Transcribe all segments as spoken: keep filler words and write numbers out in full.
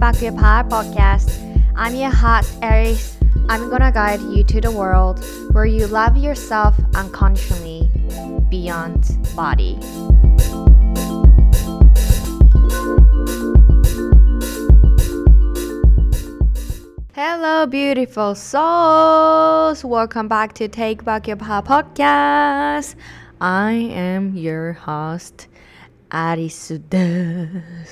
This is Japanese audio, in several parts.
Back Your Power podcast. I'm your host, Aries. I'm gonna guide you to the world where you love yourself unconsciously beyond body. Hello, beautiful souls. Welcome back to Take Back Your Power podcast. I am your host, Aris です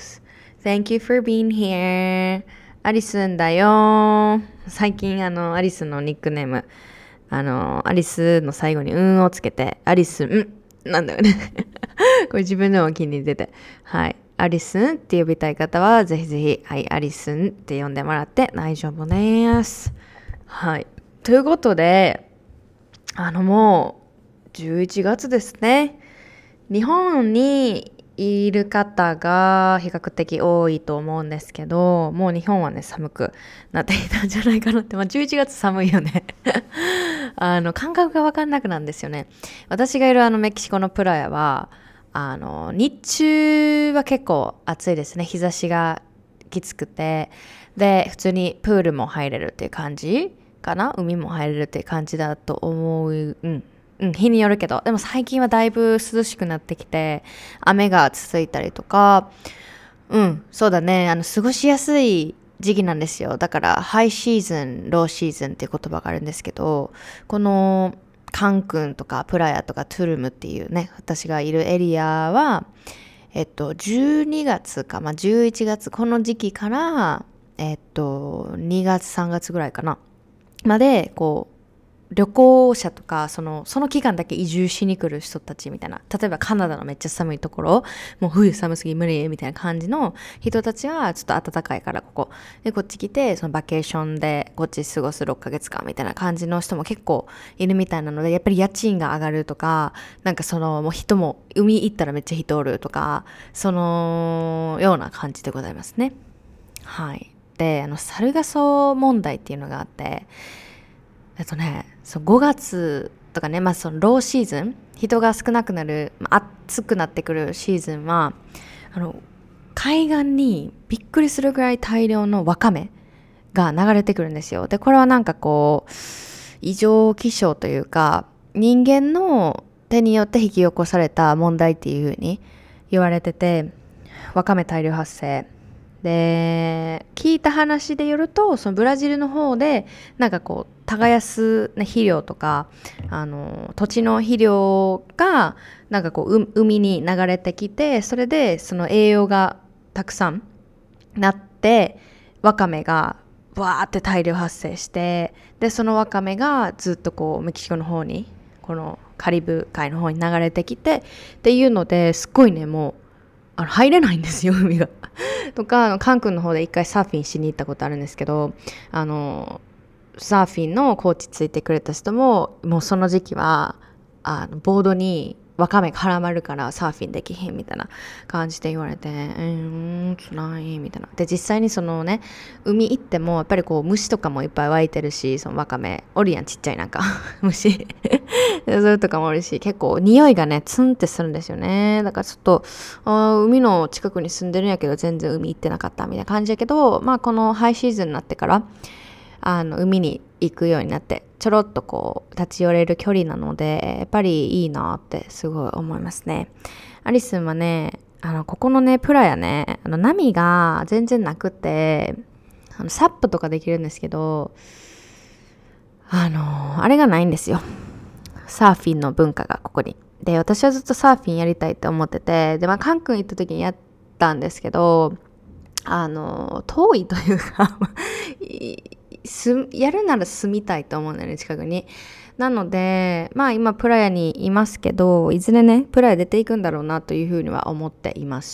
。Thank you for being here. アリスんだよ。最近あのアリスのニックネーム、あのアリスの最後にうんをつけて、アリスんなんだよね。これ自分でも気に入ってて、はい。アリスンって呼びたい方はぜひぜひ、はい、アリスンって呼んでもらって大丈夫です。はい。ということで、あのもうじゅういちがつですね。日本にいる方が比較的多いと思うんですけど、もう日本はね寒くなっていたんじゃないかなって、まあ、じゅういちがつ寒いよね。あの感覚が分かんなくなるんですよね。私がいるあのメキシコのプラヤはあの日中は結構暑いですね。日差しがきつくて、で普通にプールも入れるっていう感じかな、海も入れるっていう感じだと思う。うんうん、日によるけど、でも最近はだいぶ涼しくなってきて、雨が続いたりとか、うん、そうだね、あの過ごしやすい時期なんですよ。だからハイシーズン、ローシーズンっていう言葉があるんですけど、このカンクンとかプラヤとかトゥルムっていうね、私がいるエリアは、えっとじゅうにがつか、まあ、じゅういちがつこの時期からえっとにがつさんがつぐらいかなまでこう。旅行者とかそのその期間だけ移住しに来る人たちみたいな、例えばカナダのめっちゃ寒いところ、もう冬寒すぎ無理みたいな感じの人たちはちょっと暖かいからここでこっち来て、そのバケーションでこっち過ごすろっかげつかんみたいな感じの人も結構いるみたいなので、やっぱり家賃が上がるとか、なんかそのもう人も海行ったらめっちゃ人おるとか、そのような感じでございますね。はい。で、あのサルガソ問題っていうのがあって、えっとね、そうごがつとかね、まあそのローシーズン、人が少なくなる、まあ、暑くなってくるシーズンは、あの海岸にびっくりするぐらい大量のワカメが流れてくるんですよ。で、これはなんかこう異常気象というか、人間の手によって引き起こされた問題っていう風に言われてて、ワカメ大量発生。で聞いた話でよると、そのブラジルの方でなんかこう耕す、ね、肥料とかあの土地の肥料がなんかこう、う海に流れてきて、それでその栄養がたくさんなってワカメがわーって大量発生して、でそのワカメがずっとこうメキシコの方に、このカリブ海の方に流れてきてっていうので、すっごいね、もうあの入れないんですよ、海が。とか、あのカン君の方で一回サーフィンしに行ったことあるんですけど、あのサーフィンのコーチついてくれた人も、もうその時期はあのボードにワカメ絡まるからサーフィンできへんみたいな感じで言われて、うーん、つらいみたいな。で実際にそのね、海行ってもやっぱりこう虫とかもいっぱい湧いてるし、そのワカメおるやん、ちっちゃいなんか虫それとかもおるし、結構匂いがねツンってするんですよね。だからちょっとあ海の近くに住んでるんやけど全然海行ってなかったみたいな感じやけど、まあこのハイシーズンになってからあの海に行くようになって、ちょろっとこう立ち寄れる距離なので、やっぱりいいなってすごい思いますね。アリスンはね、あのここのねプラやね、あの波が全然なくて、あのサップとかできるんですけど、あのあれがないんですよ、サーフィンの文化がここに。で私はずっとサーフィンやりたいって思ってて、でまあカン君行った時にやったんですけど、あの遠いというかすやるなら住みたいと思うんだよね、近くに。なのでまあ今プラヤにいますけど、いずれねプラヤ出ていくんだろうなというふうには思っています。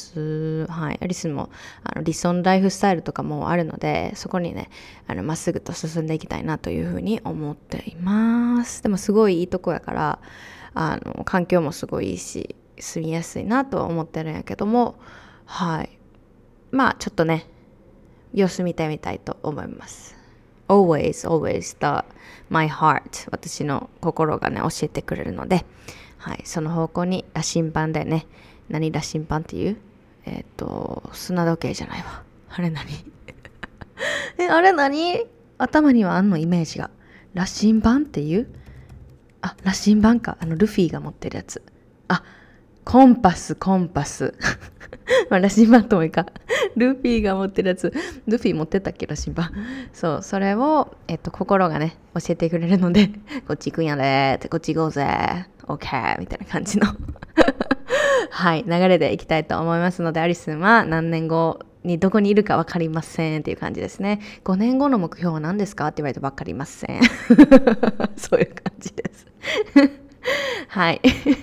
はい、アリスもあの理想のライフスタイルとかもあるので、そこにねあのまっすぐと進んでいきたいなというふうに思っています。でもすごいいいとこやから、あの環境もすごいいいし住みやすいなとは思ってるんやけども、はい、まあちょっとね様子見てみたいと思います。always, always the my heart 私の心がね教えてくれるので、はい、その方向に羅針盤でね、何羅針盤っていうえっ、ー、と砂時計じゃないわ、あれ何え、あれ何？頭にはあんのイメージが。羅針盤っていう？あ、羅針盤か。あの、ルフィが持ってるやつ。あ、コンパス、コンパス。まあ、羅針盤ともいいか。ルフィが持ってるやつ。ルフィ持ってたっけ、羅針盤。そう、それを、えっと、心がね、教えてくれるので、こっち行くんやでーって、こっち行こうぜー。オッケーみたいな感じの。はい、流れでいきたいと思いますので、アリスンは何年後にどこにいるか分かりませんっていう感じですね。ごねんごの目標は何ですかって言われて分かりません。そういう感じです。はい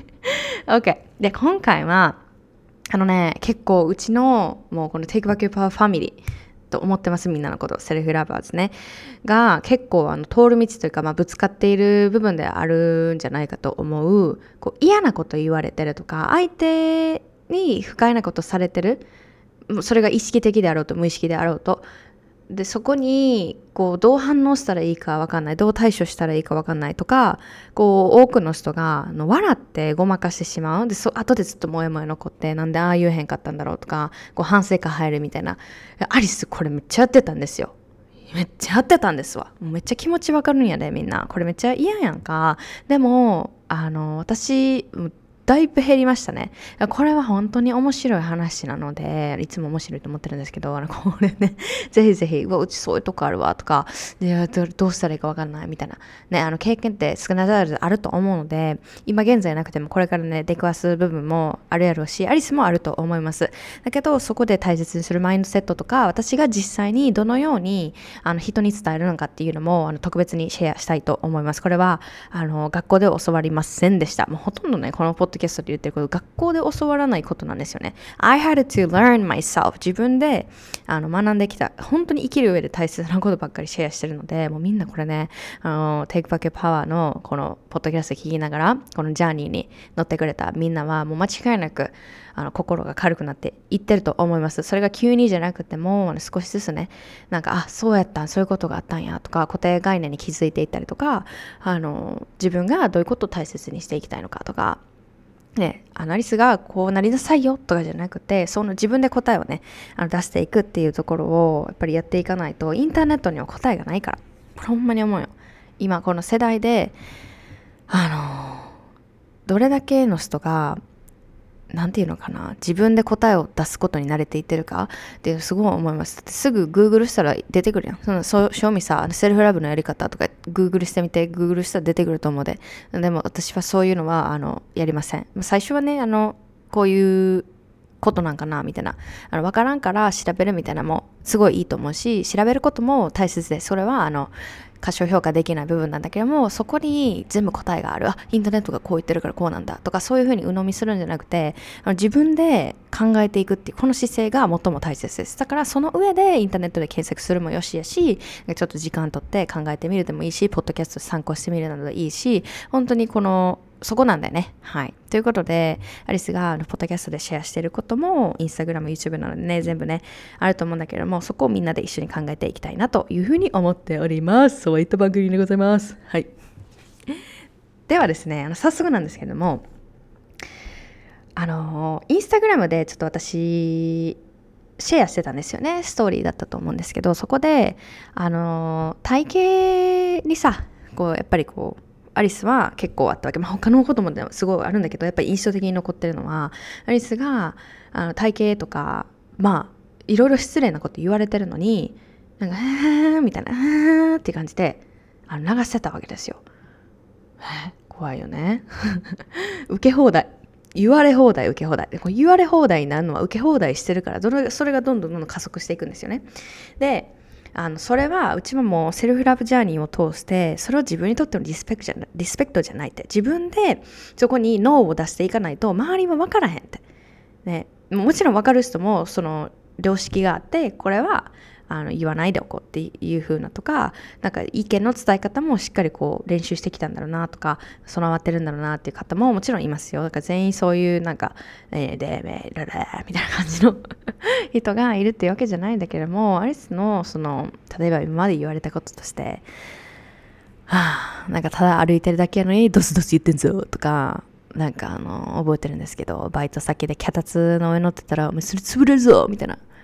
。OK。で、今回は、あのね、結構うちの、もうこの Take Back Your Power Family と思ってます、みんなのこと。セルフラバーズね。が、結構あの通る道というか、まあ、ぶつかっている部分であるんじゃないかと思う、こう嫌なこと言われてるとか、相手に不快なことされてる。それが意識的であろうと無意識であろうと。で、そこにこうどう反応したらいいか分かんない、どう対処したらいいか分かんないとか、こう多くの人があの笑ってごまかしてしまう。で、そ後でずっとモヤモヤ残って、なんでああ言えへんかったんだろうとか、こう反省会入るみたいな。アリスこれめっちゃやってたんですよ。めっちゃやってたんですわ。もうめっちゃ気持ち分かるんやで、みんな。これめっちゃ嫌やんか。でもあの私だいぶ減りましたね。これは本当に面白い話なので、いつも面白いと思ってるんですけど、あのこれね、ぜひぜひ、うわ、うちそういうとこあるわとか、でどうしたらいいか分かんないみたいな、ね、あの経験って少なからずあると思うので、今現在なくてもこれからね、出くわす部分もあるやろうし、アリスもあると思います。だけど、そこで大切にするマインドセットとか、私が実際にどのようにあの人に伝えるのかっていうのもあの特別にシェアしたいと思います。これはあの学校で教わりませんでした。もうほとんどね、このポッドキャストで言ってること、学校で教わらないことなんですよね。I had to learn myself。自分であの学んできた、本当に生きる上で大切なことばっかりシェアしてるので、もうみんなこれね、あの Take Back Your Power のこのポッドキャスト聞きながら、このジャーニーに乗ってくれたみんなはもう間違いなくあの心が軽くなっていってると思います。それが急にじゃなくても少しずつね、なんか、あ、そうやったん、そういうことがあったんやとか、固定概念に気づいていったりとか、あの自分がどういうことを大切にしていきたいのかとか、ね、アナリスがこうなりなさいよとかじゃなくて、その自分で答えをね、あの出していくっていうところをやっぱりやっていかないと、インターネットには答えがないから。これほんまに思うよ。今この世代で、あのどれだけの人がなんていうのかな、自分で答えを出すことに慣れていってるかっていうすごい思います。だってすぐ Google したら出てくるやん。そのそう賞味さ、セルフラブのやり方とか Google してみて、Google したら出てくると思うで。でも私はそういうのはあのやりません。最初はね、あのこういうことなんかなみたいな、あの分からんから調べるみたいなのもすごいいいと思うし、調べることも大切で、それはあの過小評価できない部分なんだけども、そこに全部答えがある。あ、インターネットがこう言ってるからこうなんだとか、そういうふうに鵜呑みするんじゃなくて、あの自分で考えていくっていうこの姿勢が最も大切です。だからその上でインターネットで検索するもよしやし、ちょっと時間とって考えてみるでもいいし、ポッドキャスト参考してみるなどでいいし、本当にこのそこなんだよね。はい。ということで、アリスがあのポッドキャストでシェアしていることも、インスタグラム、YouTube なのでね、全部ね、あると思うんだけれども、そこをみんなで一緒に考えていきたいなというふうに思っております。そういった番組でございます。はい。ではですね、あの早速なんですけれども、あの、インスタグラムでちょっと私、シェアしてたんですよね。ストーリーだったと思うんですけど、そこで、あの、体型にさ、こう、やっぱりこう、アリスは結構あったわけ、まあ、他のこともすごいあるんだけど、やっぱり印象的に残ってるのは、アリスがあの体型とか、まあいろいろ失礼なこと言われてるのに、なんか「はー」みたいな「はー」っていう感じであの流してたわけですよ。え怖いよね。受け放題、言われ放題、受け放題で、こう言われ放題になるのは受け放題してるから、それがどんどんどんどん加速していくんですよね。で、あのそれはうちももうセルフラブジャーニーを通して、それを自分にとってのリスペクトじゃない、リスペクトじゃないって、自分でそこにノーを出していかないと周りは分からへんって、ね、もちろん分かる人もその良識があって、これはあの言わないでおこうっていう風なとか、なんか意見の伝え方もしっかりこう練習してきたんだろうなとか、備わってるんだろうなっていう方ももちろんいますよ。だから全員そういうなんか、えー、でめららみたいな感じの人がいるっていうわけじゃないんだけども、アリスのその例えば今まで言われたこととして、はあ、なんかただ歩いてるだけやのにドスドス言ってんぞとか、なんかあの覚えてるんですけど、バイト先で脚立の上乗ってたらお前それ潰れるぞみたいな、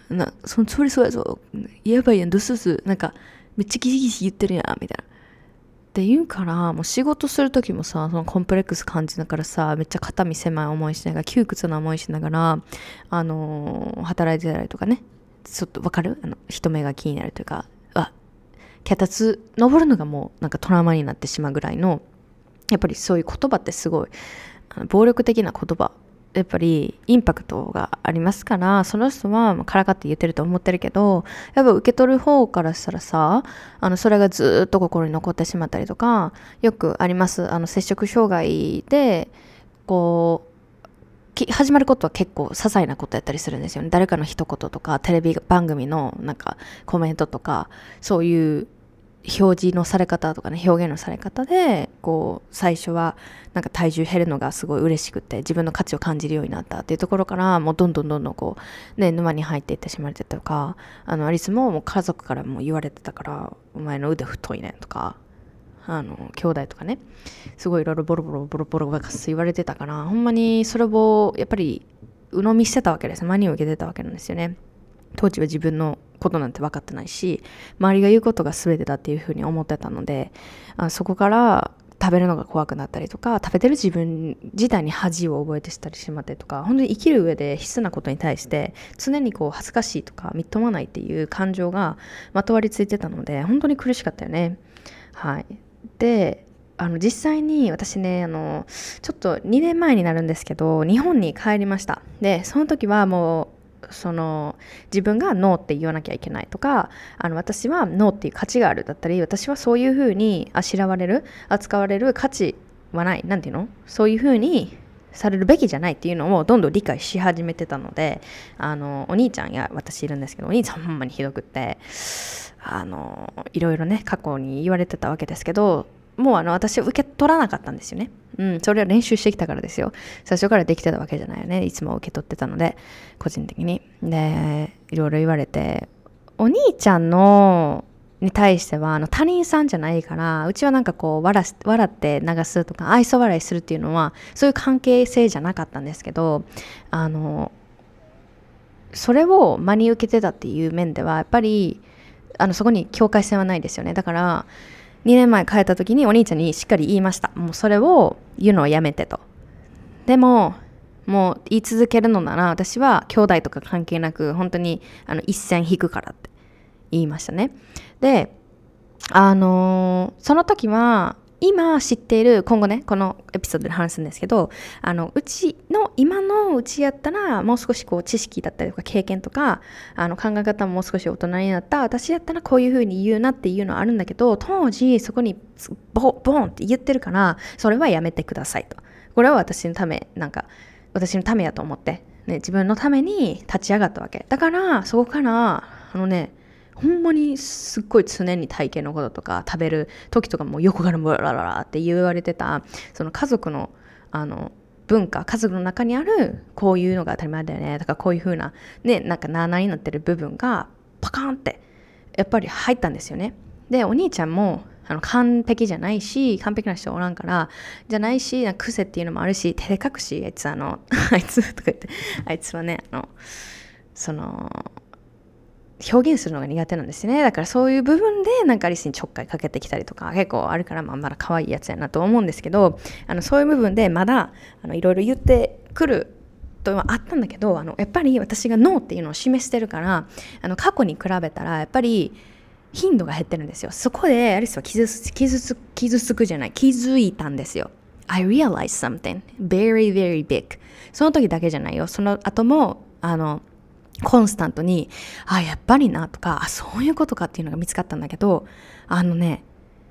なそのつもりそうやぞ、やばいやん、どうすす、なんかめっちゃギシギシ言ってるやんみたいなって言うから、もう仕事する時もさ、そのコンプレックス感じながらさ、めっちゃ肩身狭い思いしながら、窮屈な思いしながら、あのー働いてたりとかね、ちょっとわかる、あの人目が気になるというか、あ、脚立登るのがもうなんかトラウマになってしまうぐらいの、やっぱりそういう言葉ってすごいあの暴力的な言葉、やっぱりインパクトがありますから、その人はまあからかって言ってると思ってるけど、やっぱ受け取る方からしたらさ、あのそれがずっと心に残ってしまったりとか、よくあります。あの摂食障害でこうき始まることは結構些細なことやったりするんですよね。誰かの一言とかテレビ番組のなんかコメントとか、そういう表示のされ方とかね、表現のされ方でこう最初はなんか体重減るのがすごい嬉しくて、自分の価値を感じるようになったっていうところから、もうどんどんどんどんこうね、沼に入っていってしまってたとか、あのアリスももう家族からも言われてたから、お前の腕太いねとか、あの兄弟とかね、すごいいろいろボロボロボロボロバカス言われてたから、ほんまにそれをやっぱり鵜呑みしてたわけです。真に受けてたわけなんですよね。当時は自分のことなんて分かってないし、周りが言うことが全てだっていうふうに思ってたので、あそこから食べるのが怖くなったりとか、食べてる自分自体に恥を覚えてしたりしまってとか、本当に生きる上で必須なことに対して常にこう恥ずかしいとかみっともないっていう感情がまとわりついてたので、本当に苦しかったよね。はい。で、あの実際に私ね、あのちょっとにねんまえになるんですけど、日本に帰りました。でその時はもうその自分がノーって言わなきゃいけないとか、あの私はノーっていう価値があるだったり、私はそういう風にあしらわれる、扱われる価値はない、なんていうの、そういう風にされるべきじゃないっていうのをどんどん理解し始めてたので、あのお兄ちゃんや私いるんですけど、お兄ちゃんほんまにひどくって、あのいろいろね過去に言われてたわけですけど、もうあの私は受け取らなかったんですよね。うん、それは練習してきたからですよ。最初からできてたわけじゃないよね。いつも受け取ってたので、個人的に。で、いろいろ言われて、お兄ちゃんのに対してはあの他人さんじゃないから、うちはなんかこう笑笑って流すとか愛想笑いするっていうのはそういう関係性じゃなかったんですけど、あのそれを真に受けてたっていう面ではやっぱりあのそこに境界線はないですよね。だからにねんまえ帰った時にお兄ちゃんにしっかり言いました。もうそれを言うのはやめてと。でももう言い続けるのなら、私は兄弟とか関係なく本当にあの一線引くからって言いましたね。で、あのーその時は今知っている、今後ねこのエピソードで話すんですけど、あのうちの今のうちやったらもう少しこう知識だったりとか経験とか、あの考え方ももう少し大人になった私やったらこういう風に言うなっていうのはあるんだけど、当時そこにボボンって言ってるから、それはやめてくださいと。これは私のため、なんか私のためやと思って、ね、自分のために立ち上がったわけだから、そこからあのねほんまにすっごい常に体型のこととか食べる時とかも横からブラララって言われてた、その家族のあの文化、家族の中にあるこういうのが当たり前だよねとか、こういう風なね、なんかなあなあになってる部分がパカーンってやっぱり入ったんですよね。でお兄ちゃんもあの完璧じゃないし、完璧な人おらんからじゃないし、なんか癖っていうのもあるし、照れ隠し、あいつあのあいつとか言って、あいつはね、あのその表現するのが苦手なんですね。だからそういう部分でなんかアリスにちょっかいかけてきたりとか結構あるから、まあ、まだ可愛いやつやなと思うんですけど、あのそういう部分でまだあのいろいろ言ってくるとはあったんだけど、あのやっぱり私がノーっていうのを示してるから、あの過去に比べたらやっぱり頻度が減ってるんですよ。そこでアリスは傷つ傷つ傷つくじゃない気づいたんですよ。I realized something very very big。 その時だけじゃないよ、その後もあのコンスタントに、あ、やっぱりなとか、あ、そういうことかっていうのが見つかったんだけど、あのね、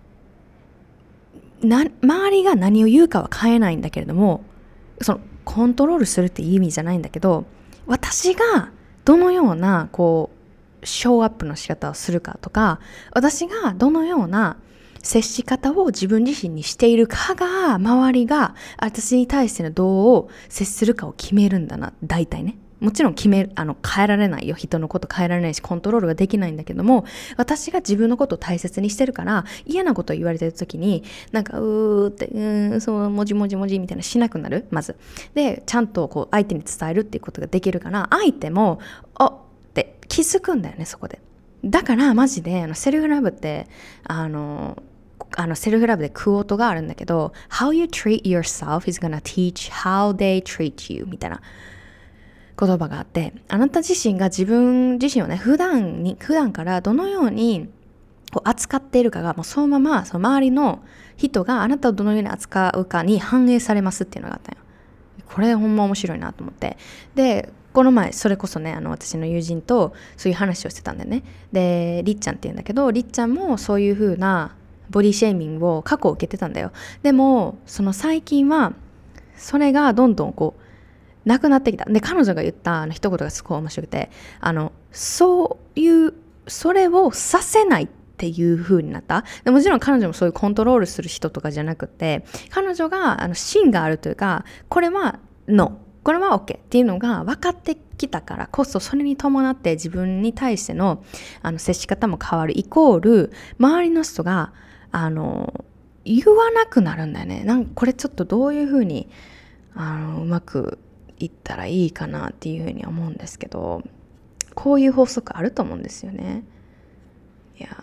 な周りが何を言うかは変えないんだけれども、そのコントロールするっていう意味じゃないんだけど、私がどのようなこうショーアップの仕方をするかとか、私がどのような接し方を自分自身にしているかが、周りが私に対してのどう接するかを決めるんだな、大体ね。もちろん決めあの変えられないよ、人のこと変えられないしコントロールができないんだけども、私が自分のことを大切にしてるから、嫌なことを言われてる時になんかうーってうーんそうもじもじもじみたいなしなくなる。まずでちゃんとこう相手に伝えるっていうことができるから、相手もあって気づくんだよね、そこで。だからマジであのセルフラブってあのあのセルフラブでクオートがあるんだけど、 How you treat yourself is gonna teach how they treat you みたいな言葉があって、あなた自身が自分自身をね、普段に普段からどのようにこう扱っているかが、もうそのままその周りの人があなたをどのように扱うかに反映されますっていうのがあったよ。これほんま面白いなと思って、でこの前それこそね、あの私の友人とそういう話をしてたんだよね。でりっちゃんって言うんだけど、りっちゃんもそういう風なボディシェーミングを過去受けてたんだよ。でもその最近はそれがどんどんこうなくなってきた。で彼女が言ったあの一言がすごい面白くて、あのそういうそれをさせないっていう風になった。でもちろん彼女もそういうコントロールする人とかじゃなくて、彼女があの芯があるというか、これは ノー、これは オーケー っていうのが分かってきたからこそ、それに伴って自分に対してのあの接し方も変わるイコール、周りの人があの言わなくなるんだよね。なんかこれちょっとどういう風にあのうまくいったらいいかなっていう風に思うんですけど、こういう法則あると思うんですよね。いや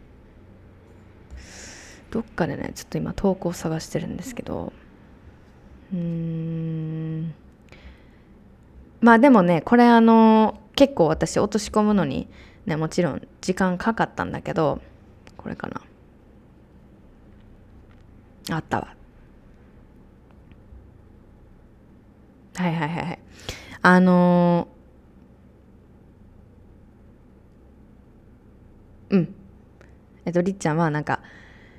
どっかでね、ちょっと今投稿を探してるんですけど、うーんまあでもね、これあの結構私落とし込むのにね、もちろん時間かかったんだけど、これかな、あったわ。はいはいはいはい。あのー、うんえっとりっちゃんはなんか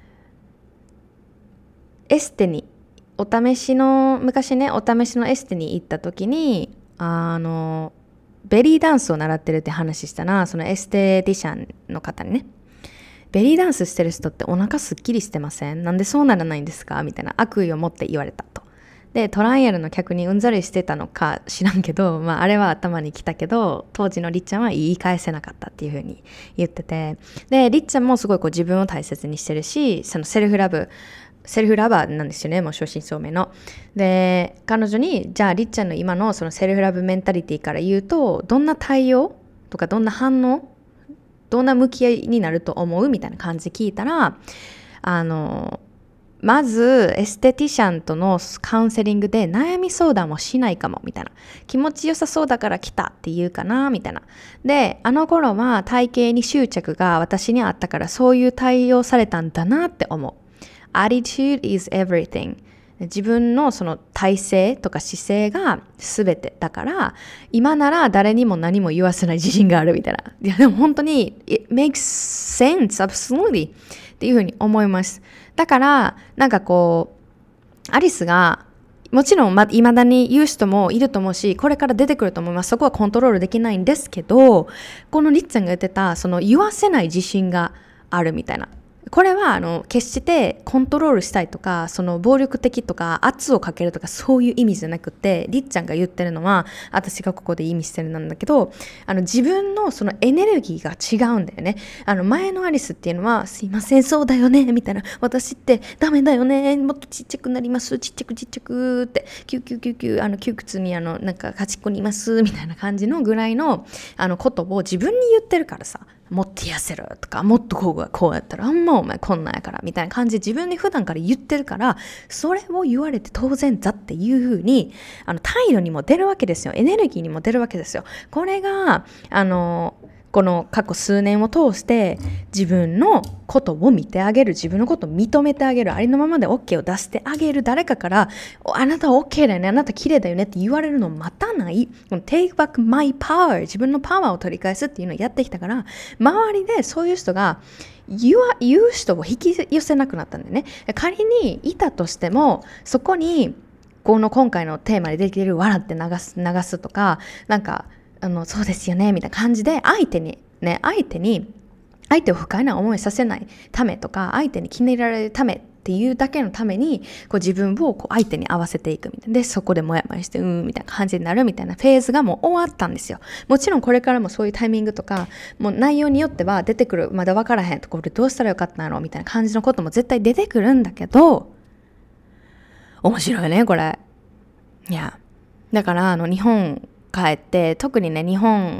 エステにお試しの昔ねお試しのエステに行った時に、あのベリーダンスを習ってるって話したな、そのエステティシャンの方にね。ベリーダンスしてる人ってお腹すっきりしてません？なんでそうならないんですか？みたいな悪意を持って言われたと。でトライアルの客にうんざりしてたのか知らんけど、まあ、あれは頭に来たけど、当時のりっちゃんは言い返せなかったっていう風に言ってて、でりっちゃんもすごいこう自分を大切にしてるし、そのセルフラブセルフラバーなんですよね、もう正真正銘の。で彼女にじゃありっちゃんの今のそのセルフラブメンタリティから言うと、どんな対応とかどんな反応、どんな向き合いになると思うみたいな感じで聞いたら、あのまずエステティシャンとのカウンセリングで悩み相談もしないかもみたいな、気持ちよさそうだから来たって言うかなみたいな。であの頃は体型に執着が私にあったからそういう対応されたんだなって思う。 Attitude is everything。自分のその体勢とか姿勢が全てだから、今なら誰にも何も言わせない自信があるみたいな。いやでも本当に it makes sense absolutely っていうふうに思います。だからなんかこうアリスがもちろんま未だに言う人もいると思うし、これから出てくると思います。そこはコントロールできないんですけど、このりっちゃんが言ってたその言わせない自信があるみたいな、これはあの決してコントロールしたいとか、その暴力的とか圧をかけるとかそういう意味じゃなくて、りっちゃんが言ってるのは私がここで意味してるなんだけど、あの自分のそのエネルギーが違うんだよね。あの前のアリスっていうのはすいませんそうだよねみたいな、私ってダメだよね、もっとちっちゃくなります、ちっちゃくちっちゃくってキュキュキュキュあの窮屈にあのなんか端っこにいますみたいな感じのぐらいのあのことを自分に言ってるからさ、もっと痩せるとか、もっとこうこうやったらあんまお前こんなんやからみたいな感じで自分に普段から言ってるから、それを言われて当然だっていう風にあの態度にも出るわけですよ。エネルギーにも出るわけですよ。これがあのこの過去数年を通して自分のことを見てあげる、自分のことを認めてあげる、ありのままで OK を出してあげる、誰かからあなたは OK だよね、あなた綺麗だよねって言われるのを待たない、この Take back my power、 自分のパワーを取り返すっていうのをやってきたから、周りでそういう人が言わ言う人を引き寄せなくなったんだよね。仮にいたとしても、そこにこの今回のテーマで出ている笑って流す流すとか、なんかあのそうですよねみたいな感じで相手にね相手に相手を不快な思いさせないためとか、相手に気に入られるためっていうだけのためにこう自分をこう相手に合わせていくみたいな、でそこでモヤモヤしてうーんみたいな感じになるみたいなフェーズがもう終わったんですよ。もちろんこれからもそういうタイミングとかもう内容によっては出てくる、まだ分からへんとこれどうしたらよかったんやろみたいな感じのことも絶対出てくるんだけど、面白いねこれ。いやだからあの日本帰って、特にね日本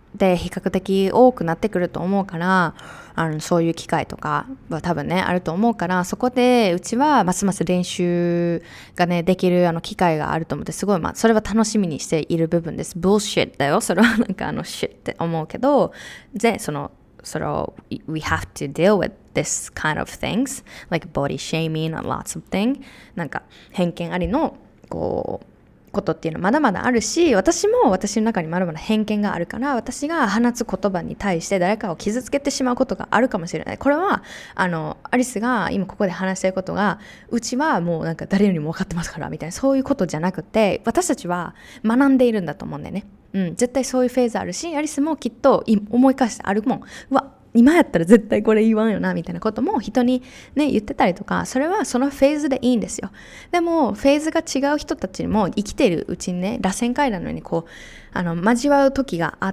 で比較的多くなってくると思うから、あのそういう機会とかは多分ねあると思うから、そこでうちはますます練習がねできるあの機会があると思って、すごいまあそれは楽しみにしている部分です。bullshit だよ、それはなんかあの shit って思うけど、でそのそれを we have to deal with this kind of things like body shaming and lots of things、 なんか偏見ありのこうことっていうのはまだまだあるし、私も私の中にまだまだ偏見があるから、私が放つ言葉に対して誰かを傷つけてしまうことがあるかもしれない。これはあのアリスが今ここで話していることが、うちはもうなんか誰よりも分かってますからみたいな、そういうことじゃなくて、私たちは学んでいるんだと思うんだよね。うん、絶対そういうフェーズあるし、アリスもきっと思い返してあるもん。うわ、今やったら絶対これ言わんよなみたいなことも人にね言ってたりとか、それはそのフェーズでいいんですよ。でもフェーズが違う人たちにも生きているうちにね、螺旋階段のようにこうあの交わう時があって、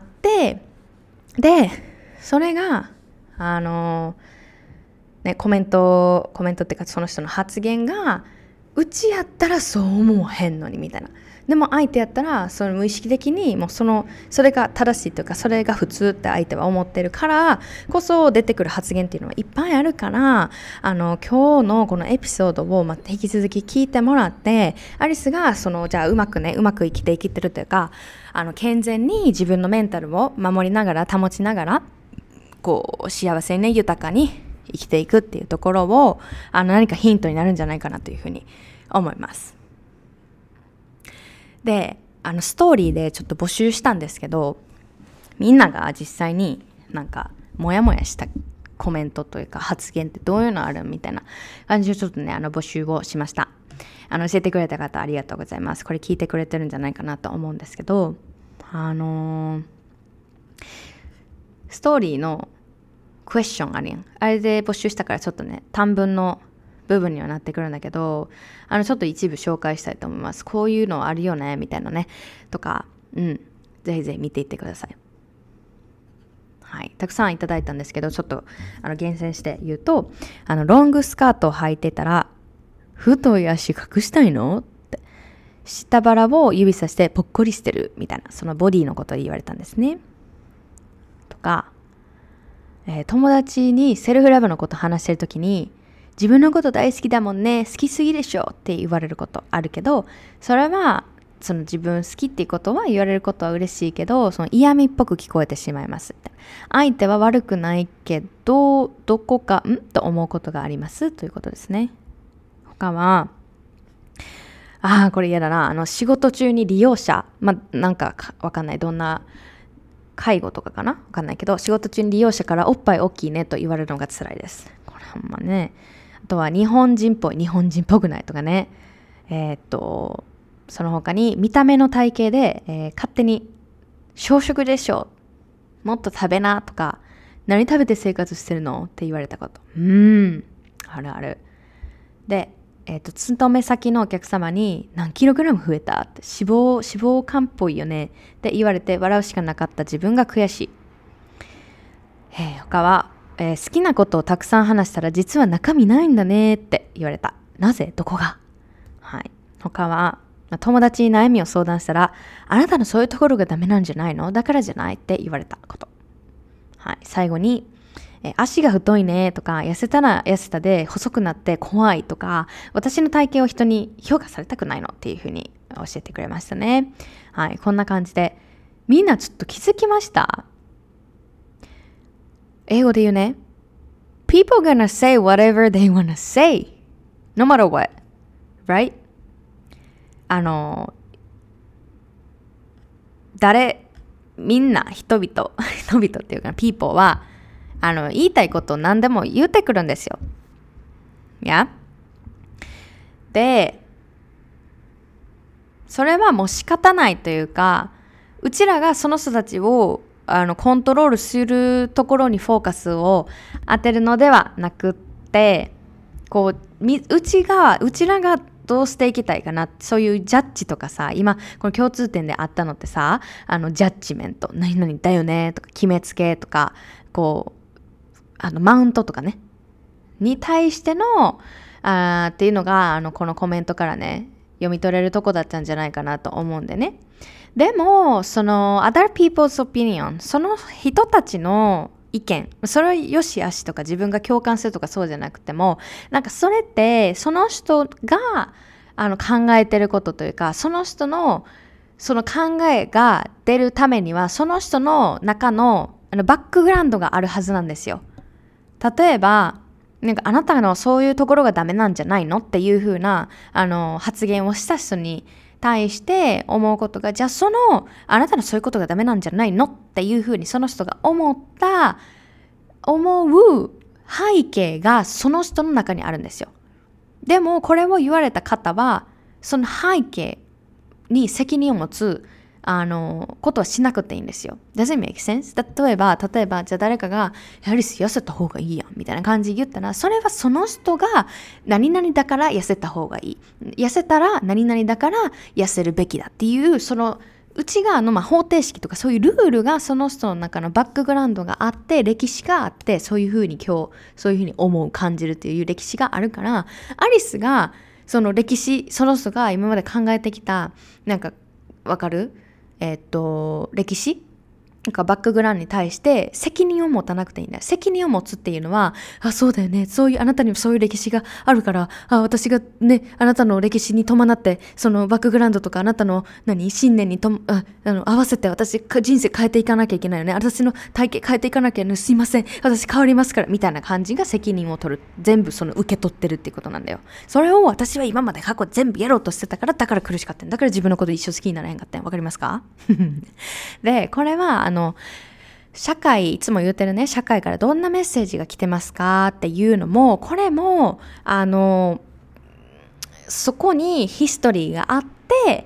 でそれがあのねコメントコメントっていうかその人の発言が、うちやったらそう思わへんのにみたいな、でも相手やったらその無意識的にもうそのそれが正しいというか、それが普通って相手は思ってるからこそ出てくる発言っていうのはいっぱいあるから、あの今日のこのエピソードをまた引き続き聞いてもらって、アリスがそのじゃあうまくねうまく生きて生きてるというか、あの健全に自分のメンタルを守りながら保ちながらこう幸せにね豊かに生きていくっていうところを、あの何かヒントになるんじゃないかなというふうに思います。で、あのストーリーでちょっと募集したんですけど、みんなが実際になんかモヤモヤしたコメントというか発言ってどういうのあるみたいな感じでちょっとねあの募集をしました。あの教えてくれた方ありがとうございます。これ聞いてくれてるんじゃないかなと思うんですけど、あのー、ストーリーのクエスチョンあるやん、あれで募集したからちょっとね短文の部分にはなってくるんだけど、あのちょっと一部紹介したいと思います。こういうのあるよねみたいなねとか、うんぜひぜひ見ていってください。はい、たくさんいただいたんですけど、ちょっとあの厳選して言うと、あのロングスカートを履いてたら太い足隠したいのって下腹を指さしてぽっこりしてるみたいな、そのボディのことを言われたんですね。とか、えー、友達にセルフラブのこと話してるときに、自分のこと大好きだもんね、好きすぎでしょって言われることあるけど、それはその自分好きっていうことは言われることは嬉しいけど、その嫌味っぽく聞こえてしまいます。相手は悪くないけどどこかんと思うことがありますということですね。他はああこれ嫌だな、あの仕事中に利用者、まあなんかわかんない、どんな介護とかかなわかんないけど、仕事中に利用者からおっぱい大きいねと言われるのが辛いです。これほんまね。あとは日本人っぽい、日本人っぽくないとかね。えー、っとその他に見た目の体型で、えー、勝手に小食でしょ、もっと食べなとか、何食べて生活してるのって言われたこと。うーんあるある。で、えー、っと勤め先のお客様に何キログラム増えたって、脂肪脂肪肝っぽいよねって言われて笑うしかなかった自分が悔しい。えー、他はえー、好きなことをたくさん話したら実は中身ないんだねって言われた。なぜ？どこが？はい。他は友達に悩みを相談したら、あなたのそういうところがダメなんじゃないの？だからじゃないって言われたこと。はい。最後に、えー、足が太いねとか、痩せたら痩せたで細くなって怖いとか、私の体型を人に評価されたくないのっていうふうに教えてくれましたね。はい。こんな感じで、みんなちょっと気づきました？英語で言うね。People gonna say whatever they wanna say. No matter what. Right? あの、誰、みんな、人々、人々っていうか、people は、あの、言いたいことを何でも言ってくるんですよ。や？で、それはもう仕方ないというか、うちらがその人たちをあのコントロールするところにフォーカスを当てるのではなくって、こううちがうちらがどうしていきたいかな、そういうジャッジとかさ、今この共通点であったのってさ、あのジャッジメント、何々だよねとか決めつけとか、こうあのマウントとかねに対してのあっていうのが、あのこのコメントからね読み取れるとこだったんじゃないかなと思うんでね。 でも、その other people's opinion、その人たちの意見、それはよしあしとか自分が共感するとかそうじゃなくても、なんかそれってその人があの考えてることというか、その人のその考えが出るためには、その人の中の、あのバックグラウンドがあるはずなんですよ。例えば、なんかあなたのそういうところがダメなんじゃないのっていう風なあの発言をした人に対して思うことが、じゃあそのあなたのそういうことがダメなんじゃないのっていう風にその人が思った思う背景がその人の中にあるんですよ。でもこれを言われた方はその背景に責任を持つあのことはしなくていいんですよ。Does it make sense? 例えば、例えば、じゃあ誰かが、やはり痩せた方がいいやんみたいな感じで言ったら、それはその人が何々だから痩せた方がいい。痩せたら何々だから痩せるべきだっていう、その内側のまあ方程式とかそういうルールがその人の中のバックグラウンドがあって、歴史があって、そういうふうに今日、そういうふうに思う、感じるっていう歴史があるから、アリスが、その歴史、その人が今まで考えてきた、なんか、わかる？えっと、歴史なんかバックグラウンドに対して責任を持たなくていいんだよ。責任を持つっていうのは、あ、そうだよね。そういう、あなたにもそういう歴史があるから、あ、私がね、あなたの歴史に伴って、そのバックグラウンドとかあなたの何、信念にとああの合わせて私、人生変えていかなきゃいけないよね。私の体型変えていかなきゃいけない。すいません。私変わりますから。みたいな感じが責任を取る。全部その受け取ってるっていうことなんだよ。それを私は今まで過去全部やろうとしてたから、だから苦しかったんだから自分のこと一生好きにならへんかったん。わかりますか？で、これは、あの、社会、いつも言うてるね、社会からどんなメッセージが来てますかっていうのも、これも、あの、そこにヒストリーがあって、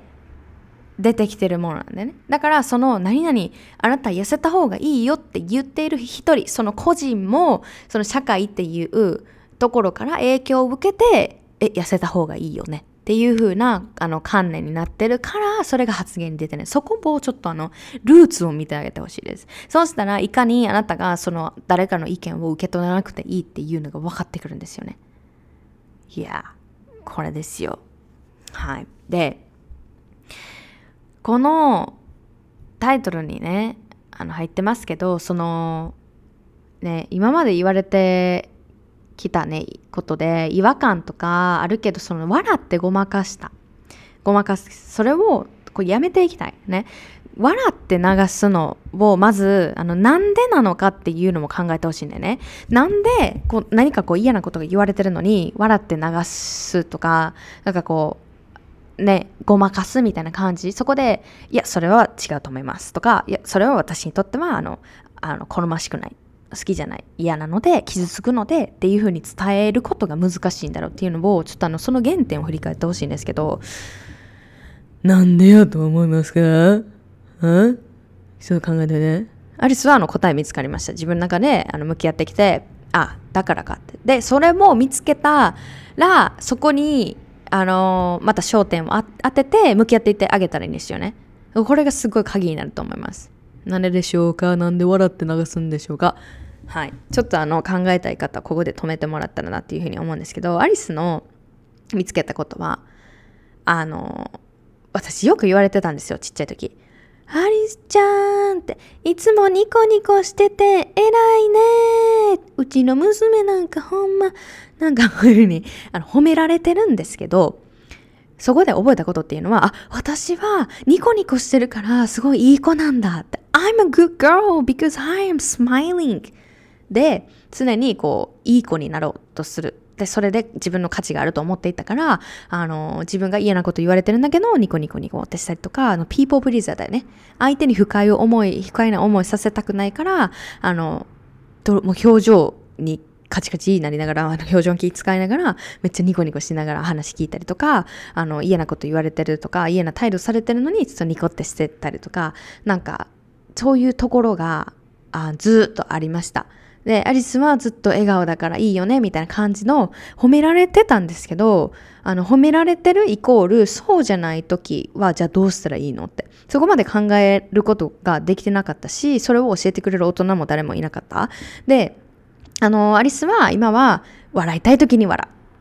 出てきてるものなんでね。だから、その、何々、あなた痩せた方がいいよって言っている一人、その個人も、その社会っていうところから影響を受けて、え、痩せた方がいいよね。っていう風なあの観念になってるから、それが発言に出てね、そこをちょっとあのルーツを見てあげてほしいです。そうしたらいかにあなたがその誰かの意見を受け取らなくていいっていうのが分かってくるんですよね。いや、これですよ。はい。で、このタイトルにね、あの入ってますけど、そのね、今まで言われてきたねことで違和感とかあるけど、その笑ってごまかしたごまかす、それをこうやめていきたいね。笑って流すのをまずあのなんでなのかっていうのも考えてほしいんだよね。なんでこう何かこう嫌なことが言われてるのに笑って流すとか、なんかこうねごまかすみたいな感じ、そこでいやそれは違うと思いますとか、いやそれは私にとってはあのあの好ましくない、好きじゃない、嫌なので傷つくのでっていう風に伝えることが難しいんだろうっていうのをちょっとあのその原点を振り返ってほしいんですけど、なんでやと思いますか？ん？そう考えてね。アリスはあの答え見つかりました。自分の中であの向き合ってきて、あ、だからかって。で、それも見つけたらそこにあのまた焦点を当てて向き合っていってあげたらいいんですよね。これがすごい鍵になると思います。なんででしょうか？なんで笑って流すんでしょうか？はい、ちょっとあの考えたい方はここで止めてもらったらなっていうふうに思うんですけど、アリスの見つけたことはあの私よく言われてたんですよ、ちっちゃい時。アリスちゃんっていつもニコニコしてて偉いね、うちの娘なんかほんまなんかこういうふうにあの褒められてるんですけど、そこで覚えたことっていうのは、あ、私はニコニコしてるからすごいいい子なんだって。I'm a good girl because I am smiling で、常にこういい子になろうとする。で、それで自分の価値があると思っていたから、あの自分が嫌なこと言われてるんだけどニコニコニコってしたりとか、あのピーポープリーザーだよね。相手に不快を思い不快な思いさせたくないから、あのともう表情にカチカチになりながら、あの表情筋使いながらめっちゃニコニコしながら話聞いたりとか、あの嫌なこと言われてるとか嫌な態度されてるのにちょっとニコってしてたりとか、なんかそういうところがあずっとありました。で、アリスはずっと笑顔だからいいよねみたいな感じの褒められてたんですけど、あの褒められてるイコールそうじゃない時はじゃあどうしたらいいのって、そこまで考えることができてなかったし、それを教えてくれる大人も誰もいなかった。で、あのアリスは今は笑いたい時に笑う、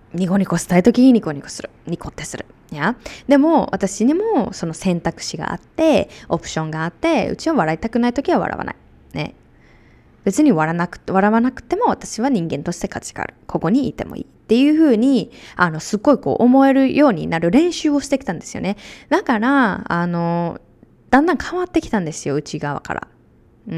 ニコニコしたい時にニコニコする。ニコってする。いやでも私にもその選択肢があって、オプションがあって、うちは笑いたくない時は笑わない。ね。別に笑わなくて、笑わなくても私は人間として価値がある。ここにいてもいい。っていう風に、あの、すっごいこう思えるようになる練習をしてきたんですよね。だから、あの、だんだん変わってきたんですよ、内側から。うん。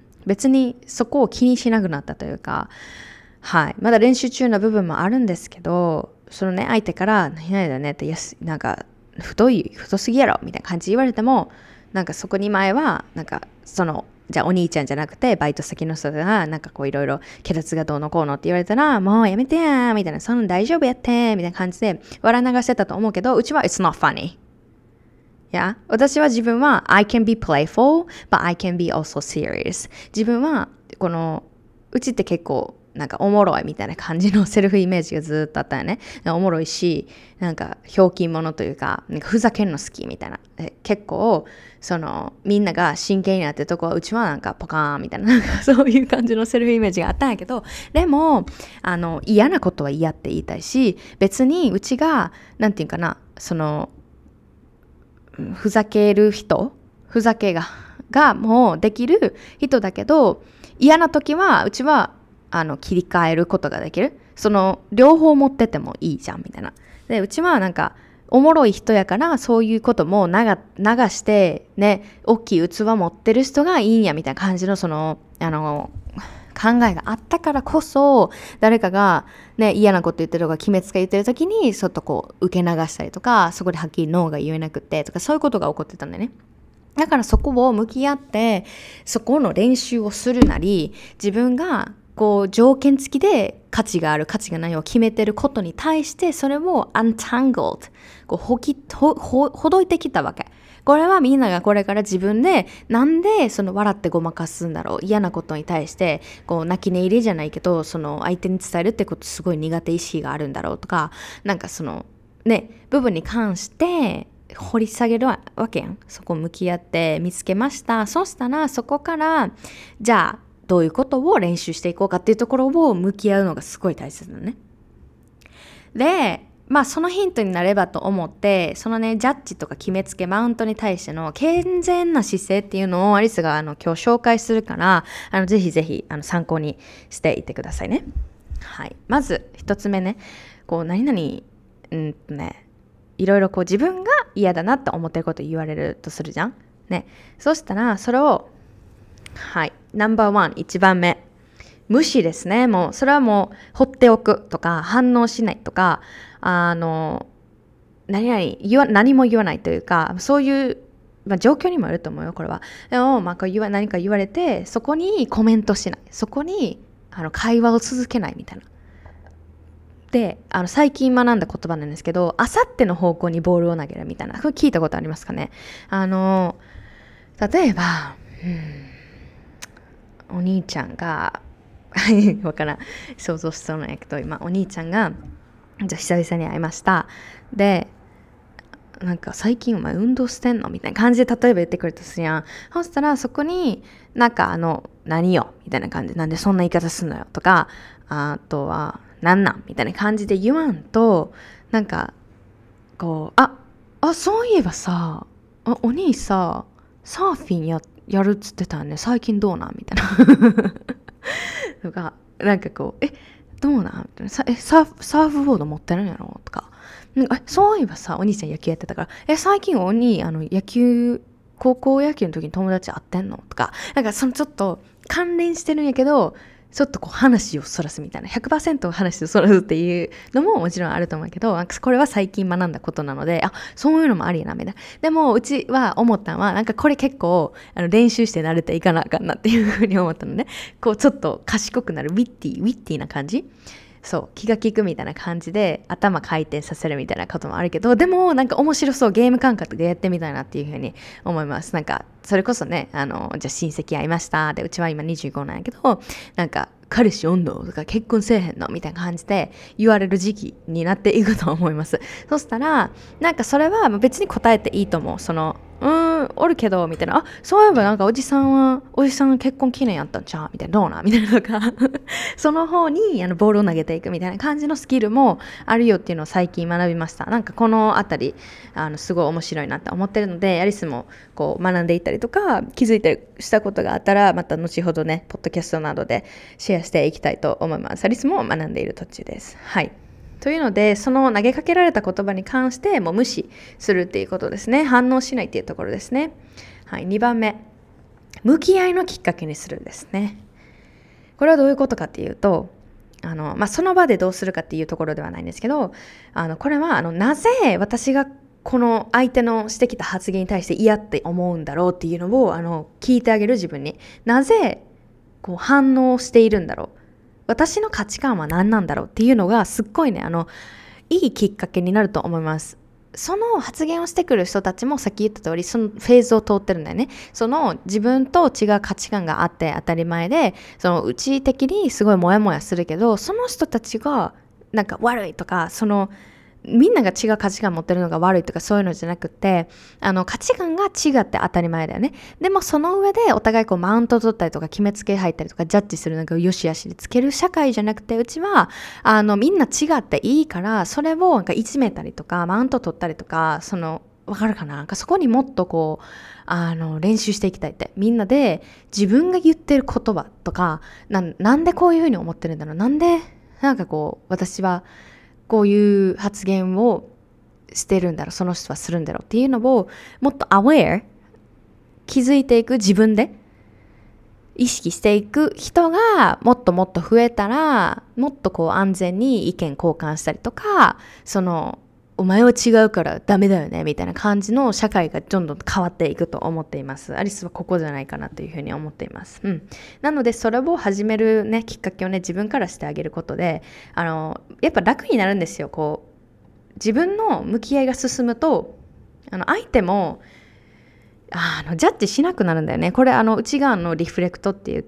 別にそこを気にしなくなったというか、はい。まだ練習中の部分もあるんですけど、そのね、相手から、何々だねって、やす、なんか、太い、太すぎやろみたいな感じで言われても、なんかそこに前は、なんか、その、じゃあお兄ちゃんじゃなくて、バイト先の人が、なんかこういろいろ、血圧がどうのこうのって言われたら、もうやめてやーみたいな、そんな大丈夫やってみたいな感じで、笑い流してたと思うけど、うちは、it's not funny. Yeah? 私は自分は I can be playful, but I can be also serious. 自分はこのうちって結構なんかおもろいみたいな感じのセルフイメージがずっとあったよね。おもろいし、なんかひょうきん者というか、なんかふざけんの好きみたいな。結構そのみんなが真剣になってるとこはうちはなんかポカーンみたいな、なんかそういう感じのセルフイメージがあったんやけど、でもあの嫌なことは嫌って言いたいし、別にうちがなんていうかな、そのふざける人、ふざけががもうできる人だけど、嫌な時はうちはあの切り替えることができる。その両方持っててもいいじゃんみたいな。でうちはなんかおもろい人やからそういうことも流流してね、大きい器持ってる人がいいんやみたいな感じのそのあの考えがあったからこそ、誰かがね嫌なこと言ってるとか決めつけ言ってる時にちょっとこう受け流したりとか、そこではっきりノーが言えなくてとか、そういうことが起こってたんだよね。だからそこを向き合ってそこの練習をするなり、自分がこう条件付きで価値がある価値がないを決めてることに対して、それを untangled こうほきほほほどいてきたわけ。これはみんながこれから自分でなんでその笑ってごまかすんだろう、嫌なことに対してこう泣き寝入りじゃないけど、その相手に伝えるってことすごい苦手意識があるんだろうとか、なんかそのね部分に関して掘り下げるわけやん。そこ向き合って見つけました。そしたらそこからじゃあどういうことを練習していこうかっていうところを向き合うのがすごい大切だね。で、まあそのヒントになればと思って、そのねジャッジとか決めつけマウントに対しての健全な姿勢っていうのをアリスがあの今日紹介するから、あのぜひぜひあの参考にしていってくださいね。はい。まず一つ目ね、こう何々うんとね、いろいろこう自分が嫌だなって思ってること言われるとするじゃん。ね。そしたらそれをはい。ナンバーワン、一番目。無視ですね。もう、それはもう、放っておくとか、反応しないとか、あの、何々言わ、何も言わないというか、そういう、まあ、状況にもよると思うよ、これは。でも、まあ、言わ何か言われて、そこにコメントしない。そこに、あの、会話を続けないみたいな。で、あの、最近学んだ言葉なんですけど、あさっての方向にボールを投げるみたいな。これ聞いたことありますかね。あの、例えば、うんお兄ちゃんがわからん想像しそうなんやけど、今お兄ちゃんがじゃあ久々に会いました。でなんか最近お前運動してんのみたいな感じで例えば言ってくれたすやん。そしたらそこになんかあの何よみたいな感じで、なんでそんな言い方すんのよとか、あとはなんなんみたいな感じで言わんと、なんかこうああそういえばさあお兄さサーフィンややるっつってたよね、最近どうなんみたいなとか、なんかこうえどうなんみたいな、さえサーフサーフボード持ってるんやろとか、なんかそういえばさお兄ちゃん野球やってたからえ最近お兄あの野球高校野球の時に友達会ってんのとか、なんかそのちょっと関連してるんやけどちょっとこう話をそらすみたいな ひゃくパーセント 話をそらすっていうのももちろんあると思うけど、これは最近学んだことなので、あそういうのもありやなみたいな。でもうちは思ったのはなんかこれ結構あの練習して慣れていかなあかんなっていうふうに思ったのね。こうちょっと賢くなるウィッティウィッティな感じ、そう気が利くみたいな感じで頭回転させるみたいなこともあるけど、でもなんか面白そう、ゲーム感覚でやってみたいなっていうふうに思います。なんかそれこそね、あのじゃあ親戚会いましたで、うちは今にじゅうごなんやけど、なんか彼氏おんのとか結婚せえへんのみたいな感じで言われる時期になっていくと思います。そしたらなんかそれは別に答えていいと思う。そのうー分おるけどみたいな、あ、そういえばなんかおじさんはおじさん結婚記念やったんちゃうみたいな、どうなみたいなとかその方にあのボールを投げていくみたいな感じのスキルもあるよっていうのを最近学びました。なんかこのあたりあのすごい面白いなって思ってるので、アリスもこう学んでいったりとか気づいたりしたことがあったら、また後ほどねポッドキャストなどでシェアしていきたいと思います。アリスも学んでいる途中です。はい、というので、その投げかけられた言葉に関してもう無視するっていうことですね。反応しないっていうところですね。はい、にばんめ、向き合いのきっかけにするですね。これはどういうことかっていうと、あの、まあ、その場でどうするかっていうところではないんですけど、あのこれはあのなぜ私がこの相手のしてきた発言に対して嫌って思うんだろうっていうのをあの聞いてあげる。自分になぜこう反応しているんだろう、私の価値観は何なんだろうっていうのがすっごいね、あのいいきっかけになると思います。その発言をしてくる人たちもさっき言った通りそのフェーズを通ってるんだよね。その自分と違う価値観があって当たり前で、その内的にすごいモヤモヤするけど、その人たちがなんか悪いとか、そのみんなが違う価値観持ってるのが悪いとかそういうのじゃなくて、あの価値観が違って当たり前だよね。でもその上でお互いこうマウント取ったりとか決めつけ入ったりとかジャッジするのがよしあしでつける社会じゃなくて、うちはあのみんな違っていいから、それをなんかいじめたりとかマウント取ったりとか、そのわかるかな、なんかそこにもっとこうあの練習していきたいって、みんなで自分が言ってる言葉とか、な、なんでこういうふうに思ってるんだろう、なんでなんかこう私はこういう発言をしてるんだろう、その人はするんだろうっていうのをもっと aware 気づいていく、自分で意識していく人がもっともっと増えたら、もっとこう安全に意見交換したりとか、そのお前は違うからダメだよねみたいな感じの社会がどんどん変わっていくと思っています。アリスはここじゃないかなというふうに思っています。うん。なのでそれを始めるねきっかけをね自分からしてあげることで、あのやっぱ楽になるんですよ。こう自分の向き合いが進むと、あの相手もあのジャッジしなくなるんだよね。これあの内側のリフレクトって言って、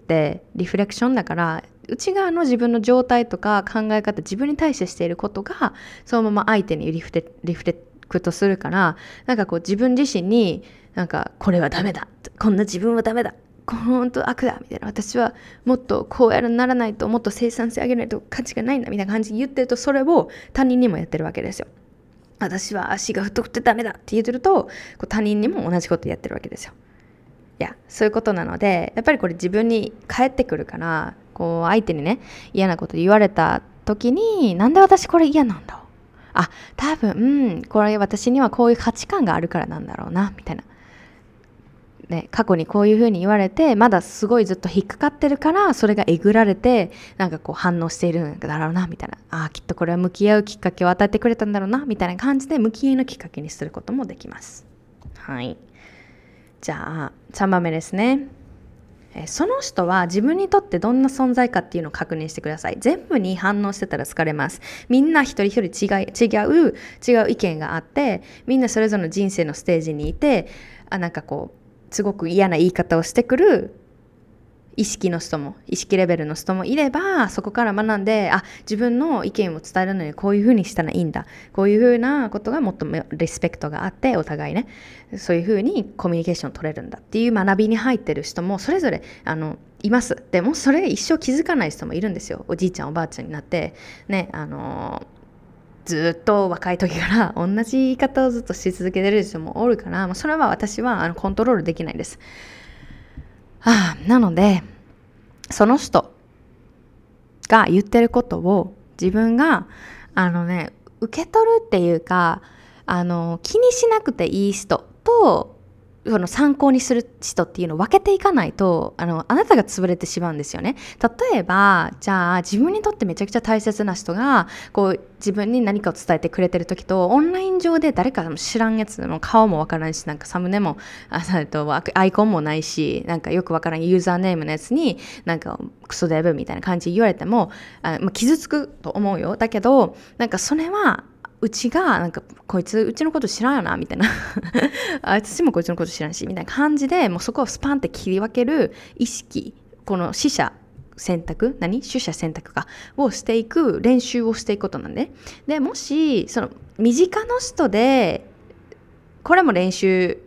リフレクションだから内側の自分の状態とか考え方、自分に対してしていることがそのまま相手にリフレリフレクトするから、なんかこう自分自身になんかこれはダメだ、こんな自分はダメだ、本当悪だみたいな、私はもっとこうやらならないと、もっと生産性上げないと価値がないんだみたいな感じで言ってると、それを他人にもやってるわけですよ。私は足が太くてダメだって言ってると、こう他人にも同じことやってるわけですよ。いや、そういうことなので、やっぱりこれ自分に返ってくるから、こう相手にね嫌なこと言われた時に、なんで私これ嫌なんだろう、あ、多分、うん、これ私にはこういう価値観があるからなんだろうなみたいな、ね、過去にこういう風に言われてまだすごいずっと引っかかってるから、それがえぐられてなんかこう反応しているんだろうなみたいな、あ、きっとこれは向き合うきっかけを与えてくれたんだろうなみたいな感じで、向き合いのきっかけにすることもできます。はい、じゃあさんばんめですね。その人は自分にとってどんな存在かっていうのを確認してください。全部に反応してたら疲れます。みんな一人一人違い、違う違う意見があって、みんなそれぞれの人生のステージにいて、あ、なんかこうすごく嫌な言い方をしてくる意識の人も、意識レベルの人もいれば、そこから学んで、あ、自分の意見を伝えるのにこういう風にしたらいいんだ、こういう風なことがもっとリスペクトがあって、お互いねそういう風にコミュニケーション取れるんだっていう学びに入ってる人もそれぞれあのいます。でもそれ一生気づかない人もいるんですよ。おじいちゃんおばあちゃんになってね、あのずっと若い時から同じ言い方をずっとし続けてる人もおるから、それは私はあのコントロールできないです。ああ、なのでその人が言ってることを自分があのね受け取るっていうか、あの気にしなくていい人とその参考にする人っていうのを分けていかないと、あのあなたが潰れてしまうんですよね。例えばじゃあ自分にとってめちゃくちゃ大切な人がこう自分に何かを伝えてくれてる時と、オンライン上で誰か知らんやつの顔もわからんし、なんかサムネもあとアイコンもないし、なんかよくわからんユーザーネームのやつになんかクソデブみたいな感じで言われても、あ、まあ、傷つくと思うよ。だけどなんかそれはうちがなんかこいつうちのこと知らんよなみたいなあいつもこいつのこと知らんしみたいな感じで、もうそこをスパンって切り分ける意識、この取捨選択何取捨選択かをしていく練習をしていくことなんで、でもしその身近な人でこれも練習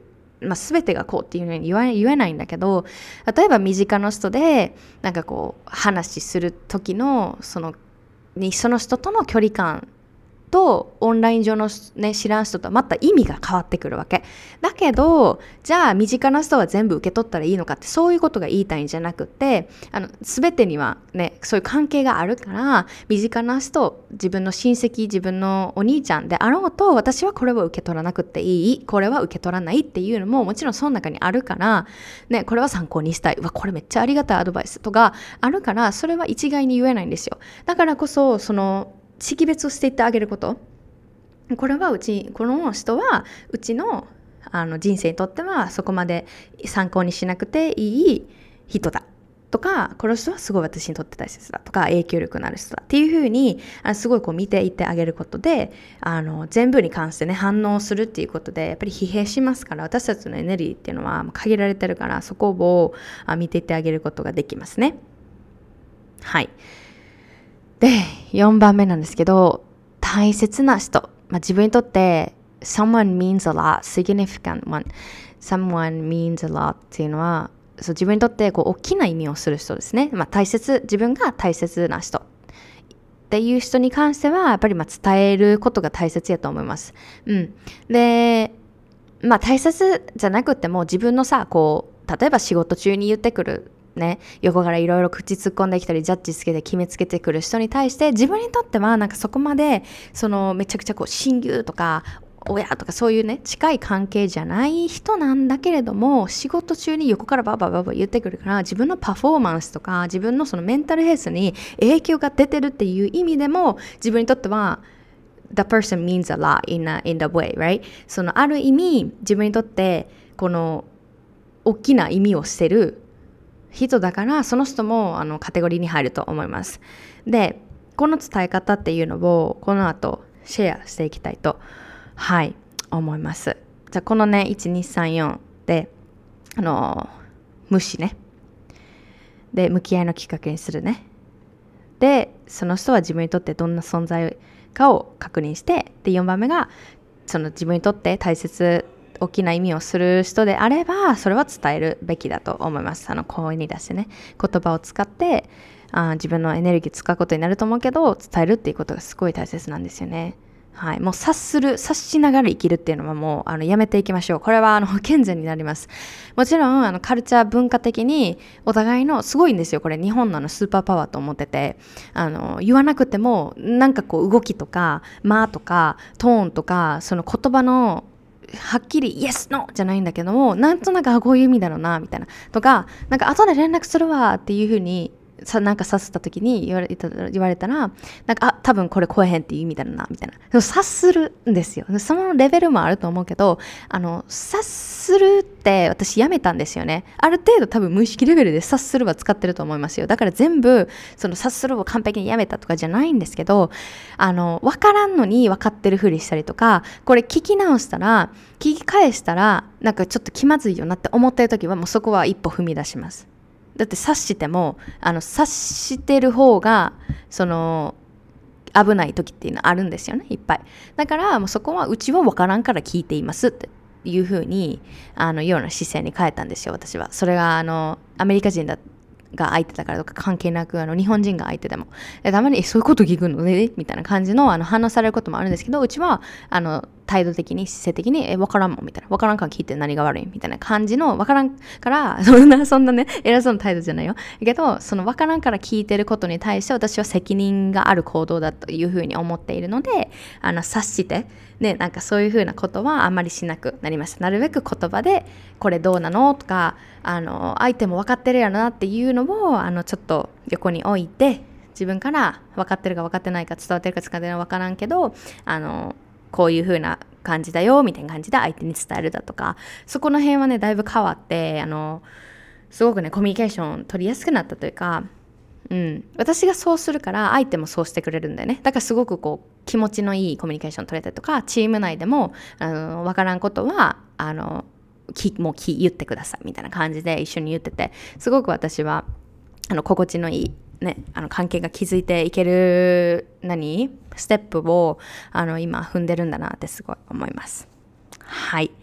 まあ、全てがこうっていうのに言わ言えないんだけど、例えば身近な人でなんかこう話する時のそのにその人との距離感とオンライン上の、ね、知らん人とはまた意味が変わってくるわけだけど、じゃあ身近な人は全部受け取ったらいいのかって、そういうことが言いたいんじゃなくて、あの全てにはねそういう関係があるから、身近な人、自分の親戚、自分のお兄ちゃんであろうと、私はこれを受け取らなくていい、これは受け取らないっていうのももちろんその中にあるから、ね、これは参考にしたい、うわこれめっちゃありがたいアドバイスとかあるから、それは一概に言えないんですよ。だからこそその識別をしていってあげること、これはうちこの人はうちのあの人生にとってはそこまで参考にしなくていい人だとか、この人はすごい私にとって大切だとか、影響力のある人だっていう風にあすごいこう見ていってあげることで、あの全部に関してね反応するっていうことでやっぱり疲弊しますから、私たちのエネルギーっていうのは限られてるから、そこを見ていってあげることができますね。はい。でよんばんめなんですけど、大切な人、まあ、自分にとって someone means a lot, significant one, someone means a lot っていうのは、そう自分にとってこう大きな意味をする人ですね。まあ、大切、自分が大切な人っていう人に関してはやっぱりまあ伝えることが大切やと思います。うん。で、まあ大切じゃなくても自分のさ、こう例えば仕事中に言ってくるね、横からいろいろ口突っ込んできたりジャッジつけて決めつけてくる人に対して、自分にとってはなんかそこまでそのめちゃくちゃこう親友とか親とかそういうね近い関係じゃない人なんだけれども、仕事中に横からババババ言ってくるから、自分のパフォーマンスとか自分のそのメンタルヘルスに影響が出てるっていう意味でも、自分にとってはthe person means a lot in a, in the way, right? そのある意味自分にとってこの大きな意味をしてる人だから、その人もあのカテゴリーに入ると思います。で、この伝え方っていうのをこの後シェアしていきたいとはい思います。じゃあこのねいちにさんよんであの無視ね、で向き合いのきっかけにするね、でその人は自分にとってどんな存在かを確認して、でよんばんめがその自分にとって大切大きな意味をする人であれば、それは伝えるべきだと思います。あの声に出してね、言葉を使ってあ自分のエネルギー使うことになると思うけど、伝えるっていうことがすごい大切なんですよね。はい、もう察する察しながら生きるっていうのはもうあのやめていきましょう。これはあの健全になります。もちろんあのカルチャー文化的にお互いのすごいんですよ。これ日本のあのスーパーパワーと思ってて、あの言わなくてもなんかこう動きとか間とかトーンとかその言葉のはっきりイエスノーじゃないんだけども、なんとなくあこういう意味だろうなみたいなとか、なんか後で連絡するわっていう風にさなんか察した時に言われた言われたら、なんかあ多分これ来えへんっていう意味だろうなみたいな、察するんですよ。そのレベルもあると思うけど、あの察するって私やめたんですよね。ある程度多分無意識レベルで察するは使ってると思いますよ。だから全部その察するを完璧にやめたとかじゃないんですけど、あの分からんのに分かってるふりしたりとか、これ聞き直したら聞き返したらなんかちょっと気まずいよなって思ってる時はもうそこは一歩踏み出します。だって察してもあの察してる方がその危ない時っていうのはあるんですよね、いっぱい。だからもうそこはうちは分からんから聞いていますっていう風にあのような姿勢に変えたんですよ、私は。それがあのアメリカ人だが相手だからとか関係なく、あの日本人が相手でもたまにそういうこと聞くのねみたいな感じのあの反応されることもあるんですけど、うちはあの態度的に姿勢的にえ分からんもんみたいな、分からんから聞いて何が悪いみたいな感じの、分からんからそんなそんなね偉そうな態度じゃないよけど、その分からんから聞いてることに対して私は責任がある行動だというふうに思っているので、あの察してね、なんかそういうふうなことはあんまりしなくなりました。なるべく言葉でこれどうなのとか、あの相手も分かってるやろなっていうのをあのちょっと横に置いて、自分から分かってるか分かってないか伝わってるか伝わってないか分からんけど、あのこういう風な感じだよみたいな感じで相手に伝えるだとか、そこの辺はねだいぶ変わって、あのすごくねコミュニケーション取りやすくなったというか、うん、私がそうするから相手もそうしてくれるんだよね。だからすごくこう気持ちのいいコミュニケーション取れたりとか、チーム内でもあの分からんことはあのきもうき言ってくださいみたいな感じで一緒に言ってて、すごく私はあの心地のいいね、あの関係が築いていける何ステップをあの今踏んでるんだなってすごい思います。はい。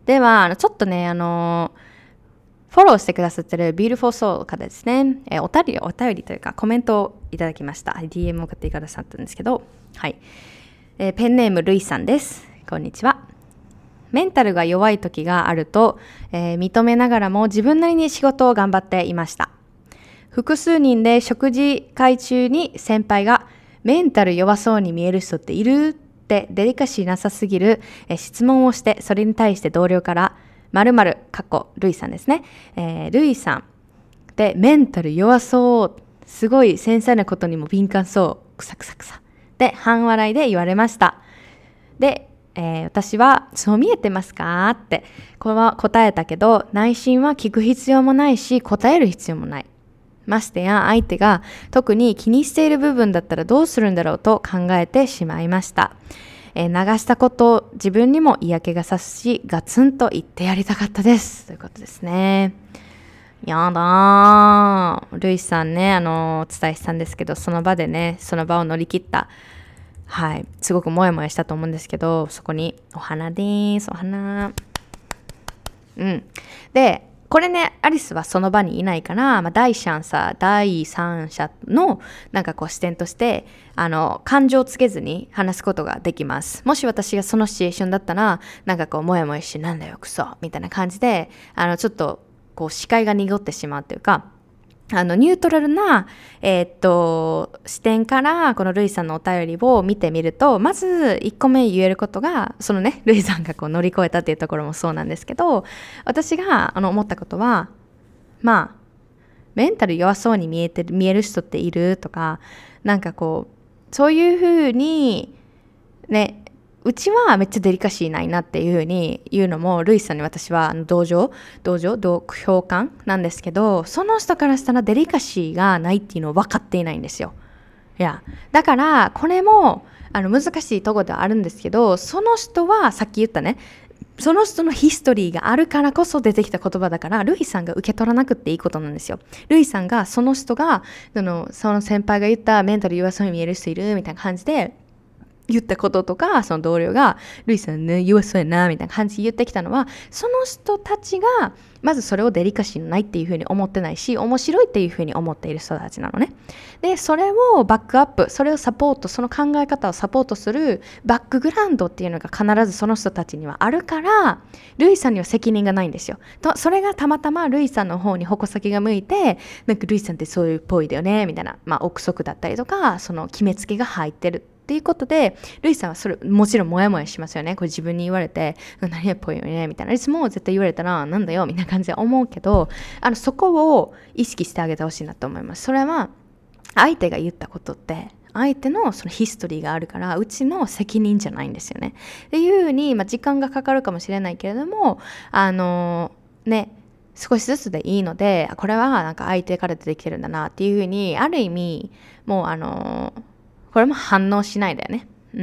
では、あのちょっとね、あのフォローしてくださってる Beautiful Soul からですね、えー、お便り、お便りというかコメントをいただきました。ディーエム を送ってくださったんですけど、はい。えー、ペンネームルイさんです。こんにちは。メンタルが弱い時があると、えー、認めながらも自分なりに仕事を頑張っていました。複数人で食事会中に先輩がメンタル弱そうに見える人っているってデリカシーなさすぎる、えー、質問をして、それに対して同僚から〇〇かっこルイさんですね、えー、ルイさんでメンタル弱そう、すごい繊細なことにも敏感そう、くさくさくさで半笑いで言われました。で、えー、私はそう見えてますかってこれは答えたけど、内心は聞く必要もないし答える必要もない。ましてや相手が特に気にしている部分だったらどうするんだろうと考えてしまいました。えー、流したこと自分にも嫌気がさすし、ガツンと言ってやりたかったですということですね。やだー、ルイさんね、あのお伝えしたんですけど、その場でね、その場を乗り切った、はい、すごくモヤモヤしたと思うんですけど、そこにお花でーす、お花、うんでこれね、アリスはその場にいないから、まあ、第三者、第三者のなんかこう視点として、あの、感情をつけずに話すことができます。もし私がそのシチュエーションだったら、なんかこう、もやもやして、なんだよ、クソみたいな感じで、あの、ちょっと、こう、視界が濁ってしまうというか、あのニュートラルな、えー、っと視点からこのルイさんのお便りを見てみると、まずいっこめ言えることが、そのねルイさんがこう乗り越えたっていうところもそうなんですけど、私があの思ったことは、まあメンタル弱そうに見えてる見える人っているとか、なんかこうそういうふうにね、うちはめっちゃデリカシーないなっていうふうに言うのも、ルイさんに私は同情同情同共感なんですけど、その人からしたらデリカシーがないっていうのを分かっていないんですよ。いやだからこれもあの難しいところではあるんですけど、その人はさっき言ったね、その人のヒストリーがあるからこそ出てきた言葉だから、ルイさんが受け取らなくていいことなんですよ。ルイさんがその人がそのその先輩が言ったメンタル弱そうに見える人いるみたいな感じで言ったこととか、その同僚がルイさんね弱そうやなみたいな感じで言ってきたのは、その人たちがまずそれをデリカシーのないっていうふうに思ってないし、面白いっていうふうに思っている人たちなのね。でそれをバックアップ、それをサポート、その考え方をサポートするバックグラウンドっていうのが必ずその人たちにはあるから、ルイさんには責任がないんですよ。とそれがたまたまルイさんの方に矛先が向いて、なんかルイさんってそういうっぽいだよねみたいな、まあ憶測だったりとか、その決めつけが入ってるっていうことで、ルイさんはそれもちろんモヤモヤしますよね。これ自分に言われて何やっぽいよねみたいな、いつも絶対言われたらなんだよみたいな感じで思うけど、あのそこを意識してあげてほしいなと思います。それは相手が言ったことって相手のそのヒストリーがあるから、うちの責任じゃないんですよねっていうふうに、まあ、時間がかかるかもしれないけれども、あのー、ね少しずつでいいので、これはなんか相手から出てきてるんだなっていうふうに、ある意味もうあのーこれも反応しないだよね。うん。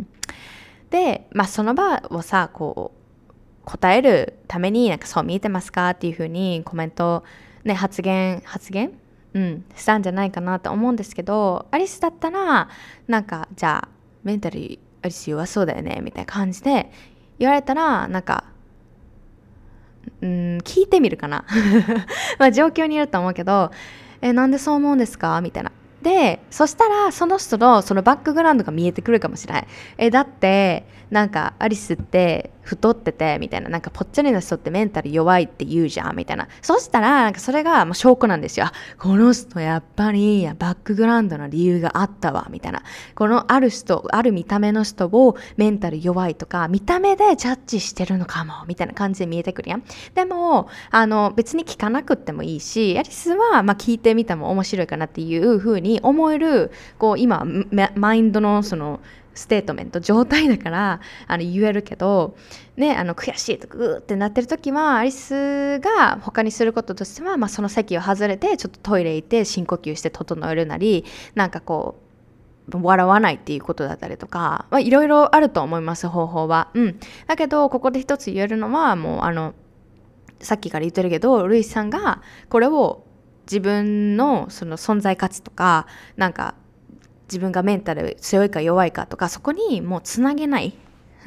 で、まあその場をさ、こう答えるためになんかそう見えてますかっていう風にコメントね、発言発言うんしたんじゃないかなと思うんですけど、アリスだったらなんかじゃあメンタルアリス弱そうだよねみたいな感じで言われたら、なんかうん聞いてみるかな。まあ状況によると思うけど、えなんでそう思うんですかみたいな。でそしたらその人のそのバックグラウンドが見えてくるかもしれない。えだってなんかアリスって太っててみたいな、なんかぽっちゃりな人ってメンタル弱いって言うじゃんみたいな。そしたらなんかそれがもう証拠なんですよ。この人やっぱりバックグラウンドの理由があったわみたいな。このある人、ある見た目の人をメンタル弱いとか見た目でジャッジしてるのかもみたいな感じで見えてくるやん。でもあの別に聞かなくってもいいし、アリスはまあ聞いてみたも面白いかなっていう風に思える、こう今マインドのそのステートメント状態だからあの言えるけどね、あの悔しいとかグーってなってる時は、アリスが他にすることとしては、まあ、その席を外れてちょっとトイレ行って深呼吸して整えるなり、なんかこう笑わないっていうことだったりとか、まあ、いろいろあると思います、方法は。うん。だけどここで一つ言えるのは、もうあのさっきから言ってるけど、ルイスさんがこれを自分のその存在価値とか、なんか自分がメンタル強いか弱いかとか、そこにもうつなげない。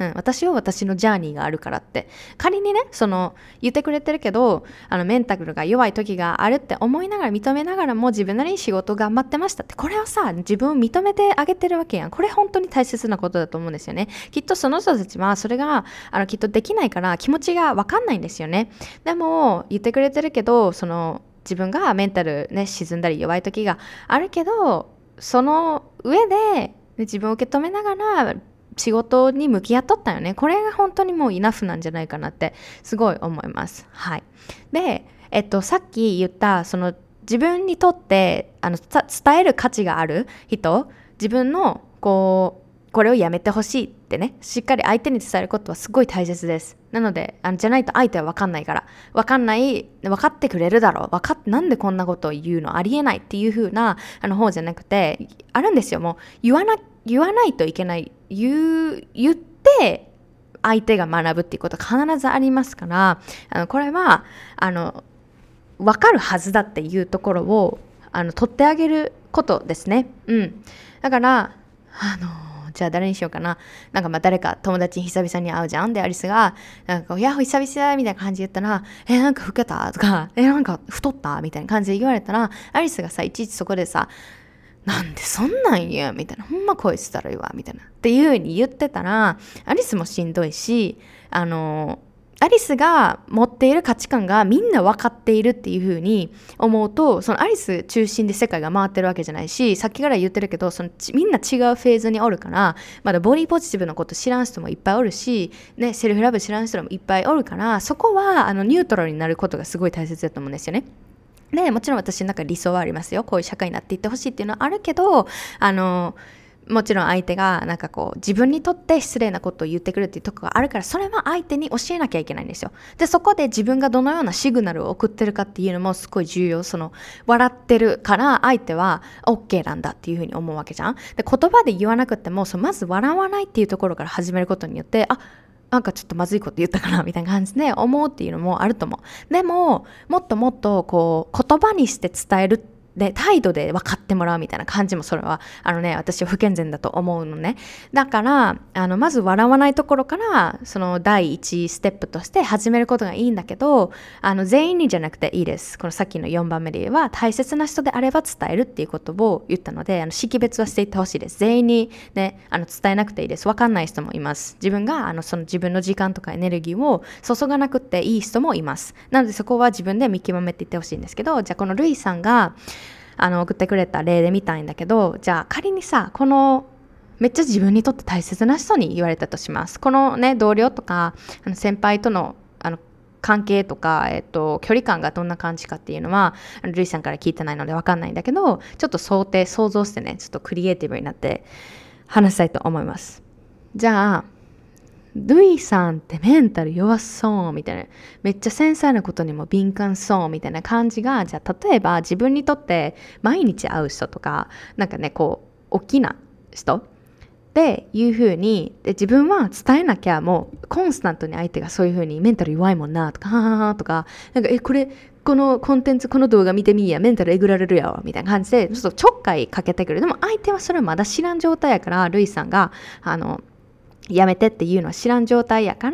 うん、私は私のジャーニーがあるからって。仮にね、その言ってくれてるけど、あのメンタルが弱い時があるって思いながら認めながらも自分なりに仕事頑張ってましたって、これをさ、自分を認めてあげてるわけやん。これ本当に大切なことだと思うんですよね。きっとその人たちはそれがあのきっとできないから気持ちが分かんないんですよね。でも言ってくれてるけど、その自分がメンタルね沈んだり弱い時があるけど、その上で自分を受け止めながら仕事に向き合っとったよね。これが本当にもうイナフなんじゃないかなってすごい思います。はい。で、えっとさっき言ったその自分にとってあの伝える価値がある人、自分のこうこれをやめてほしいってね、しっかり相手に伝えることはすごい大切です。なので、あのじゃないと相手は分かんないから、分かんない、分かってくれるだろう、分かっなんでこんなことを言うのありえないっていう風なあの方じゃなくて、あるんですよ。もう言わな言わないといけない、言う言って相手が学ぶっていうことは必ずありますから、あのこれはあの分かるはずだっていうところをあの取ってあげることですね。うん。だからあの。じゃあ誰にしようかな。なんかまあ誰か友達に久々に会うじゃん。で、アリスが、なんか、いや、久々みたいな感じで言ったら、え、なんか老けたとか、え、なんか太ったみたいな感じで言われたら、アリスがさ、いちいちそこでさ、なんでそんなん言うみたいな。ほんま声したらいいわみたいな。っていう風に言ってたら、アリスもしんどいし、あの、アリスが持っている価値観がみんな分かっているっていう風に思うと、そのアリス中心で世界が回ってるわけじゃないし、さっきから言ってるけど、そのみんな違うフェーズにおるから、まだボディポジティブのこと知らん人もいっぱいおるし、ね、セルフラブ知らん人もいっぱいおるから、そこはあのニュートラルになることがすごい大切だと思うんですよね。で、もちろん私の中で理想はありますよ。こういう社会になっていってほしいっていうのはあるけど、あのもちろん相手がなんかこう自分にとって失礼なことを言ってくるっていうところがあるから、それは相手に教えなきゃいけないんですよ。で、そこで自分がどのようなシグナルを送ってるかっていうのもすごい重要。その笑ってるから相手は OK なんだっていうふうに思うわけじゃん。で、言葉で言わなくても、そのまず笑わないっていうところから始めることによって、あ、なんかちょっとまずいこと言ったかなみたいな感じで思うっていうのもあると思う。でももっともっとこう言葉にして伝えるで態度で分かってもらうみたいな感じも、それはあのね私は不健全だと思うのね。だからあのまず笑わないところからその第一ステップとして始めることがいいんだけど、あの全員にじゃなくていいです。このさっきのよんばんめで言えば大切な人であれば伝えるっていうことを言ったので、あの識別はしていってほしいです。全員にねあの伝えなくていいです。分かんない人もいます。自分があのその自分の時間とかエネルギーを注がなくていい人もいます。なのでそこは自分で見極めていってほしいんですけど、じゃあこのルイさんがあの送ってくれた例で見たいんだけど、じゃあ仮にさこのめっちゃ自分にとって大切な人に言われたとします。このね同僚とかあの先輩とのあの関係とか、えっと、距離感がどんな感じかっていうのはルイさんから聞いてないので分かんないんだけど、ちょっと想定想像してねちょっとクリエイティブになって話したいと思います。じゃあルイさんってメンタル弱そうみたいな、めっちゃ繊細なことにも敏感そうみたいな感じが、じゃあ例えば自分にとって毎日会う人とかなんかねこう大きな人っていう風にで自分は伝えなきゃ、もうコンスタントに相手がそういう風にメンタル弱いもんなとか、はははとか、なんかえこれこのコンテンツこの動画見てみいやメンタルえぐられるやみたいな感じでちょっとちょっかいかけてくる。でも相手はそれまだ知らん状態やから、ルイさんがあのやめてっていうのは知らん状態やから、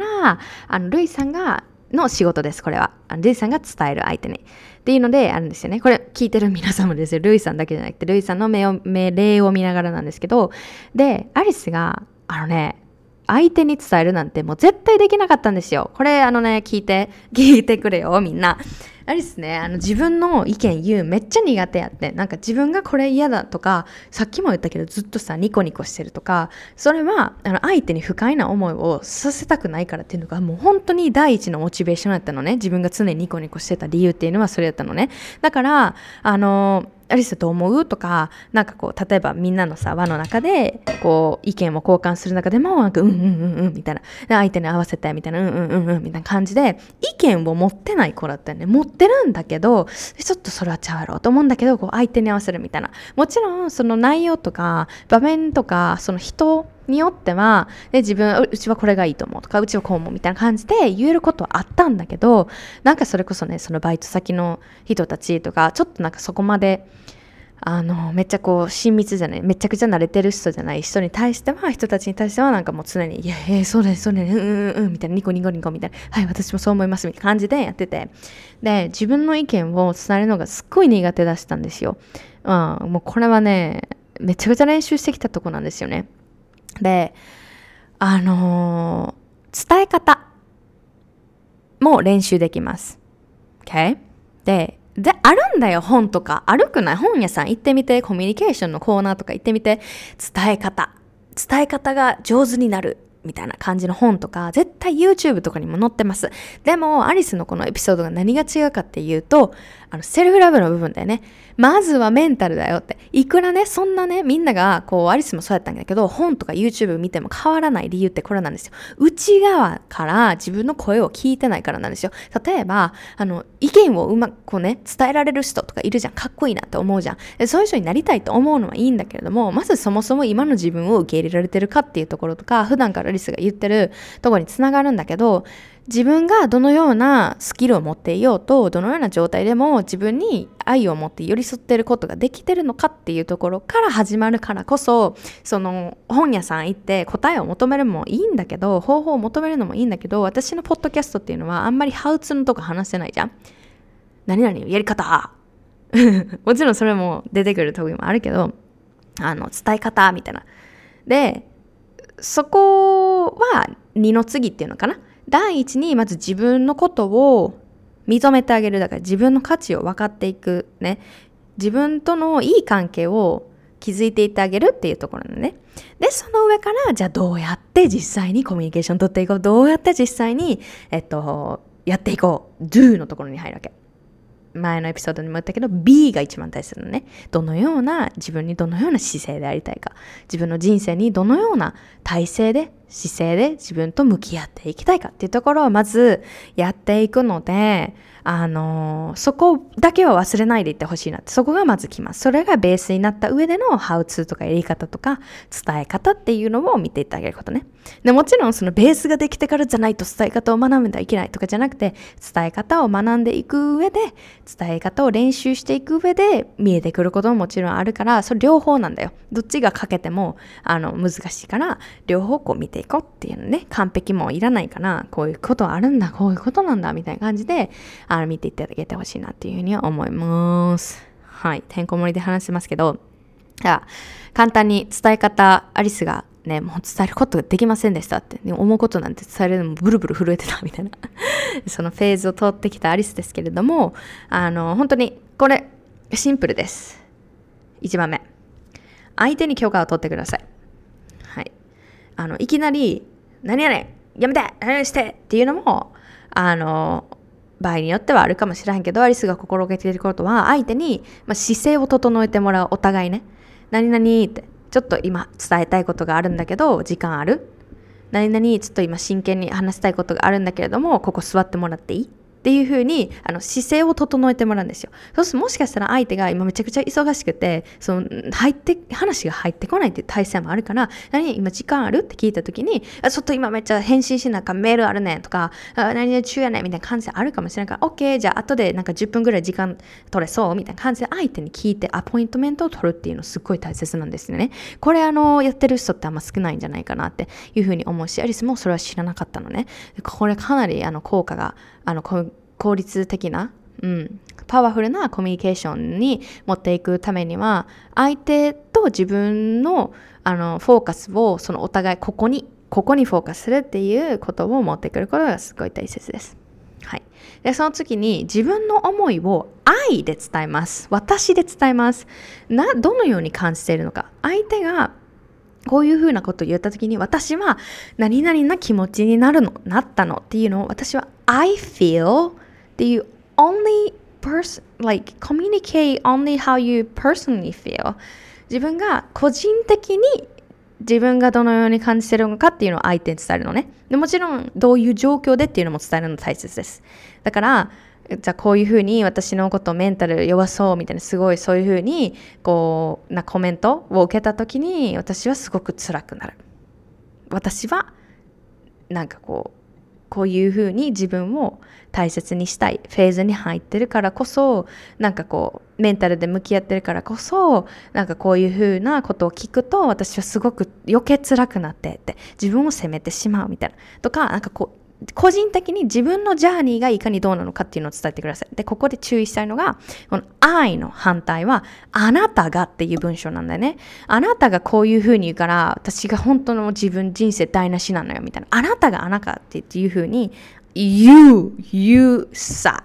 あのルイさんがの仕事です。これはあのルイさんが伝える相手にっていうのであるんですよね。これ聞いてる皆さんもですよ、ルイさんだけじゃなくてルイさんの目を目例を見ながらなんですけど、でアリスがあのね相手に伝えるなんてもう絶対できなかったんですよ。これあのね聞いて聞いてくれよみんな。あれですね、あの自分の意見言うめっちゃ苦手やって、なんか自分がこれ嫌だとか、さっきも言ったけどずっとさニコニコしてるとか、それはあの相手に不快な思いをさせたくないからっていうのがもう本当に第一のモチベーションやったのね。自分が常にニコニコしてた理由っていうのはそれやったのね。だからあのアリスどう思うとか、なんかこう例えばみんなのさ輪の中でこう意見を交換する中でもなんかうんうんうんうんみたいな、相手に合わせてみたいなうんうんうんうんみたいな感じで意見を持ってない子だったよね。持ってるんだけどちょっとそれはちゃうやろうと思うんだけど、こう相手に合わせるみたいな。もちろんその内容とか場面とかその人によっては、で自分うちはこれがいいと思うとかうちはこう思うみたいな感じで言えることはあったんだけど、なんかそれこそねそのバイト先の人たちとかちょっとなんかそこまであのめっちゃこう親密じゃないめちゃくちゃ慣れてる人じゃない人に対しては人たちに対してはなんかもう常にいやえー、そうですそうですうんうんうんみたいなニコニコニコみたいなはい私もそう思いますみたいな感じでやっててで自分の意見を伝えるのがすっごい苦手だしたんですよ、うん、もうこれはねめちゃくちゃ練習してきたとこなんですよね。であのー、伝え方も練習できます OK でで、あるんだよ、本とか。あるくない本屋さん行ってみて、コミュニケーションのコーナーとか行ってみて、伝え方。伝え方が上手になる。みたいな感じの本とか、絶対 YouTube とかにも載ってます。でも、アリスのこのエピソードが何が違うかっていうと、あの、セルフラブの部分だよね。まずはメンタルだよって。いくらね、そんなね、みんなが、こう、アリスもそうやったんだけど、本とか YouTube 見ても変わらない理由ってこれなんですよ。内側から自分の声を聞いてないからなんですよ。例えば、あの、意見をうまくこうね、伝えられる人とかいるじゃん。かっこいいなって思うじゃん。でそういう人になりたいと思うのはいいんだけれども、まずそもそも今の自分を受け入れられてるかっていうところとか、普段からアリスが言ってるところにつながるんだけど、自分がどのようなスキルを持っていようと、どのような状態でも自分に愛を持って寄り添っていることができてるのかっていうところから始まるからこそ、その本屋さん行って答えを求めるのもいいんだけど、方法を求めるのもいいんだけど、私のポッドキャストっていうのはあんまりハウツーのとこ話せないじゃん。何々やり方もちろんそれも出てくる時もあるけど、あの伝え方みたいな。で、そこは二の次っていうのかな。第一にまず自分のことを認めてあげる。だから自分の価値を分かっていくね。自分とのいい関係を築いていってあげるっていうところなのね。で、その上からじゃあどうやって実際にコミュニケーション取っていこう。どうやって実際にえっとやっていこう。do のところに入るわけ。前のエピソードにも言ったけど B が一番大切なのね。どのような自分にどのような姿勢でありたいか、自分の人生にどのような体勢で姿勢で自分と向き合っていきたいかっていうところをまずやっていくので、あのー、そこだけは忘れないでいってほしいなって、そこがまずきます。それがベースになった上でのハウツーとかやり方とか伝え方っていうのを見ていってあげることね。でもちろんそのベースができてからじゃないと伝え方を学んではいけないとかじゃなくて、伝え方を学んでいく上で伝え方を練習していく上で見えてくることももちろんあるから、それ両方なんだよ。どっちが欠けてもあの難しいから両方こう見ていこうっていうのね。完璧もいらないから、こういうことあるんだ、こういうことなんだみたいな感じであの見ていってあげてほしいなっていうふうには思います。はい、てんこ盛りで話してますけど、じゃあ簡単に伝え方、アリスがね、もう伝えることができませんでしたって、ね、思うことなんて伝えるのもブルブル震えてたみたいなそのフェーズを通ってきたアリスですけれども、あの本当にこれシンプルです。いちばんめ、相手に許可を取ってください。はい、あのいきなり何やねんやめて何々してっていうのもあの場合によってはあるかもしれへんけど、アリスが心がけていることは相手に、まあ、姿勢を整えてもらう。お互いね、何々ってちょっと今伝えたいことがあるんだけど時間ある？何々ちょっと今真剣に話したいことがあるんだけれどもここ座ってもらっていい？っていう風にあの姿勢を整えてもらうんですよ。そうするともしかしたら相手が今めちゃくちゃ忙しくてその入って話が入ってこないっていう体勢もあるから、何今時間あるって聞いた時に、あちょっと今めっちゃ返信しなきゃメールあるねんとか、あ何々中やねんみたいな感じであるかもしれないから、 OK じゃあ後でなんかじゅっぷんぐらい時間取れそうみたいな感じで相手に聞いてアポイントメントを取るっていうのすっごい大切なんですよね。これあのやってる人ってあんま少ないんじゃないかなっていう風に思うし、アリスもそれは知らなかったのね。これかなりあの効果があの効率的な、うん、パワフルなコミュニケーションに持っていくためには、相手と自分のあのフォーカスをそのお互いここにここにフォーカスするっていうことを持ってくることがすごい大切です。はい。でその次に自分の思いを愛で伝えます。私で伝えます。などのように感じているのか。相手がこういうふうなことを言ったときに、私は何々な気持ちになるの、なったのっていうのを私は I feel っていう only person, like communicate only how you personally feel。 自分が個人的に自分がどのように感じているのかっていうのを相手に伝えるのね。でもちろんどういう状況でっていうのも伝えるの大切です。だからじゃあこういうふうに私のことメンタル弱そうみたいな、すごいそういうふうにこうなコメントを受けた時に私はすごく辛くなる。私はなんかここういうふうに自分を大切にしたいフェーズに入ってるからこそ、なんかこうメンタルで向き合ってるからこそ、なんかこういうふうなことを聞くと私はすごく余計辛くなってって自分を責めてしまうみたいなとか、なんかこう個人的に自分のジャーニーがいかにどうなのかっていうのを伝えてください。で、ここで注意したいのが、この I の反対はあなたがっていう文章なんだよね。あなたがこういう風に言うから私が本当の自分人生台無しなのよみたいな。あなたがあなたっていう風に You, you suck,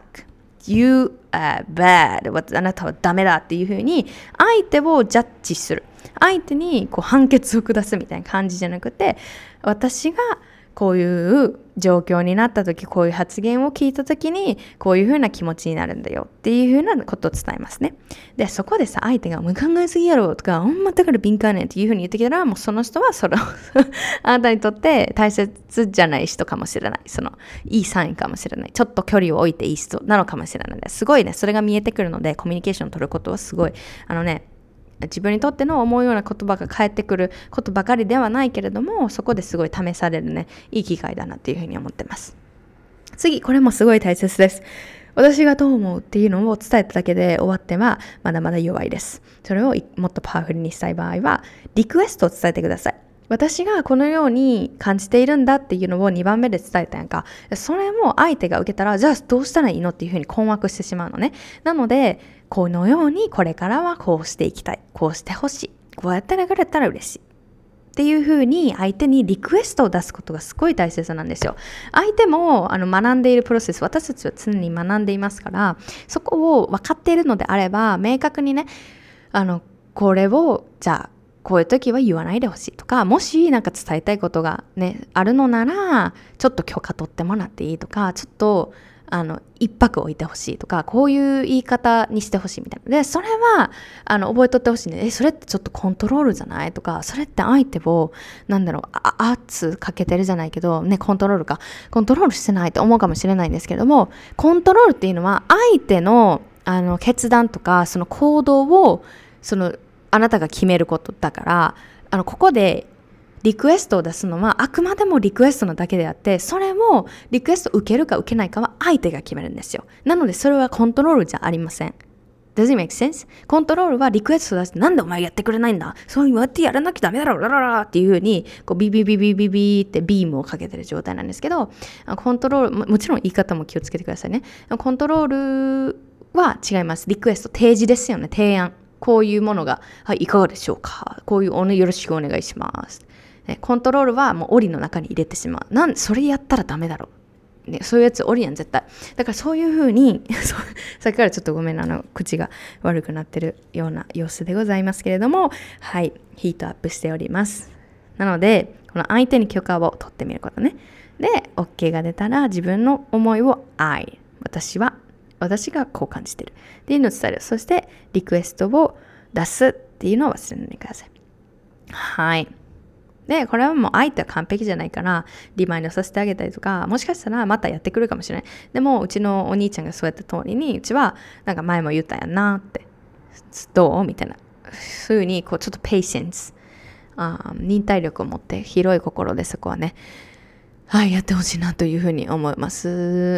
you are bad あなたはダメだっていう風に相手をジャッジする。相手にこう判決を下すみたいな感じじゃなくて、私がこういう状況になった時、こういう発言を聞いた時にこういう風な気持ちになるんだよっていう風なことを伝えますね。で、そこでさ、相手がもう考えすぎやろとか、ほんまだから敏感ねんっていう風に言ってきたら、もうその人はそのあなたにとって大切じゃない人かもしれない、そのいいサインかもしれない、ちょっと距離を置いていい人なのかもしれないです。すごいね、それが見えてくるので、コミュニケーションを取ることはすごいあのね自分にとっての思うような言葉が返ってくることばかりではないけれども、そこですごい試されるね、いい機会だなっていうふうに思ってます。次、これもすごい大切です。私がどう思うっていうのを伝えただけで終わってはまだまだ弱いです。それをもっとパワフルにしたい場合はリクエストを伝えてください。私がこのように感じているんだっていうのをにばんめで伝えたやんか。それも相手が受けたら、じゃあどうしたらいいのっていうふうに困惑してしまうのね。なのでこのようにこれからはこうしていきたい、こうしてほしい、こうやってくれたら嬉しいっていう風に相手にリクエストを出すことがすごい大切なんですよ。相手もあの学んでいるプロセス、私たちは常に学んでいますから、そこを分かっているのであれば明確にね、あのこれをじゃあこういう時は言わないでほしいとか、もしなんか伝えたいことがねあるのならちょっと許可取ってもらっていいとか、ちょっとあの一泊置いてほしいとか、こういう言い方にしてほしいみたいな。でそれはあの覚えとってほしいね。えそれってちょっとコントロールじゃないとか、それって相手をなんだろうあ圧かけてるじゃないけどね、コントロールかコントロールしてないと思うかもしれないんですけども、コントロールっていうのは相手のあの決断とかその行動をそのあなたが決めることだから、あのここでリクエストを出すのはあくまでもリクエストなだけであって、それもリクエストを受けるか受けないかは相手が決めるんですよ。なのでそれはコントロールじゃありません。Does it make sense? コントロールはリクエストを出して、なんでお前やってくれないんだ、そう言われてやらなきゃダメだろラララっていう風にこうビビビビビビってビームをかけてる状態なんですけど、コントロール も, もちろん言い方も気をつけてくださいね。コントロールは違います。リクエスト提示ですよね。提案、こういうものが、はい、いかがでしょうか、こういうお、ね、よろしくお願いします。コントロールはもう檻の中に入れてしまう。なんそれやったらダメだろう、ね、そういうやつ檻やん絶対。だからそういう風にさっきからちょっとごめんな、あの口が悪くなってるような様子でございますけれども、はいヒートアップしております。なのでこの相手に許可を取ってみることね。で OK が出たら自分の思いを I 私は私がこう感じてるっていうのを伝える。そしてリクエストを出すっていうのを忘れないでください。はい。で、これはもう相手は完璧じゃないからリマインドさせてあげたりとか、もしかしたらまたやってくるかもしれない。でもうちのお兄ちゃんがそうやった通りに、うちはなんか前も言ったやんなって、どうみたいな、そういう風にこうちょっとペイシェンス、あ忍耐力を持って広い心でそこはね、はい、やってほしいなというふうに思います。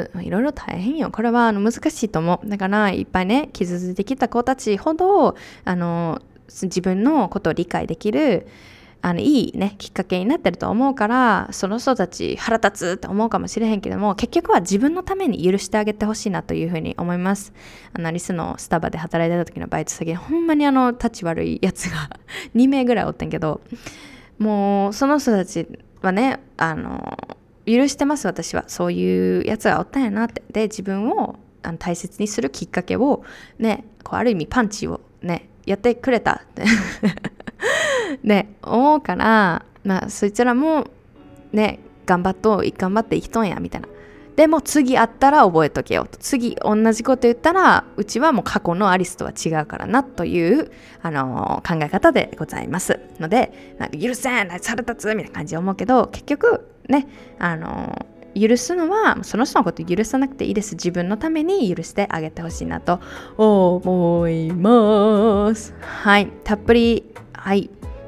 いろいろ大変よ。これはあの難しいと思う。だからいっぱいね傷ついてきた子たちほどあの自分のことを理解できるあのいいねきっかけになってると思うから、その人たち腹立つって思うかもしれへんけども、結局は自分のために許してあげてほしいなというふうに思います。あのリスのスタバで働いてた時のバイト先、ほんまにあの立ち悪いやつがにめいぐらいおってんけど、もうその人たちはねあの許してます。私はそういうやつがおったんやなって。で自分をあの大切にするきっかけをね、こうある意味パンチをねやってくれたってね思うから、まあそいつらもね頑張っと頑張って生きとんやみたいな。でも次会ったら覚えとけよと、次同じこと言ったらうちはもう過去のアリスとは違うからなという、あのー、考え方でございますので、なんか許せん、腹立つみたいな感じで思うけど、結局ねあのー、許すのはその人のこと許さなくていいです。自分のために許してあげてほしいなと思います。はい、たっぷりはい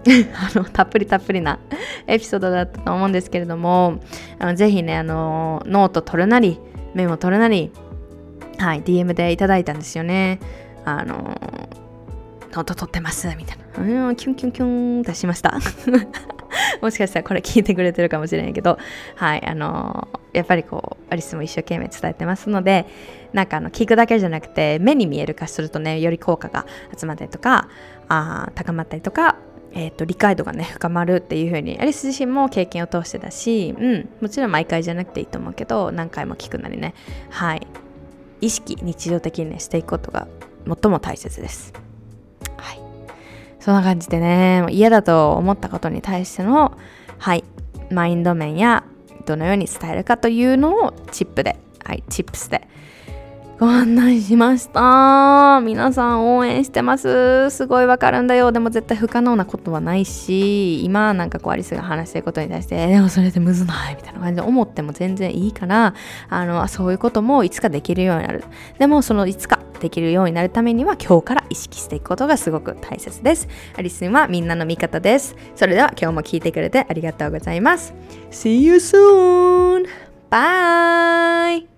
あのたっぷりたっぷりなエピソードだったと思うんですけれども、あのぜひねあのノート取るなりメモ取るなり、はい ディーエム でいただいたんですよね。あのノート取ってますみたいな、うん、キュンキュンキュン出しましたもしかしたらこれ聞いてくれてるかもしれないけど、はいあのやっぱりこうアリスも一生懸命伝えてますので、なんかあの聞くだけじゃなくて目に見える化するとね、より効果が集まったりとかあ高まったりとか、えー、と理解度がね深まるっていう風にアリス自身も経験を通してだし、うん、もちろん毎回じゃなくていいと思うけど、何回も聞くなりね、はい意識日常的にねしていくことが最も大切です。はい、そんな感じでね、嫌だと思ったことに対しての、はい、マインド面やどのように伝えるかというのをチップで、はい、チップスでご案内しました。皆さん応援してます。すごいわかるんだよ。でも絶対不可能なことはないし、今なんかこうアリスが話してることに対して、でもそれでむずないみたいな感じで思っても全然いいから、あのそういうこともいつかできるようになる。でもそのいつかできるようになるためには今日から意識していくことがすごく大切です。アリスはみんなの味方です。それでは今日も聞いてくれてありがとうございます。See you soon! Bye!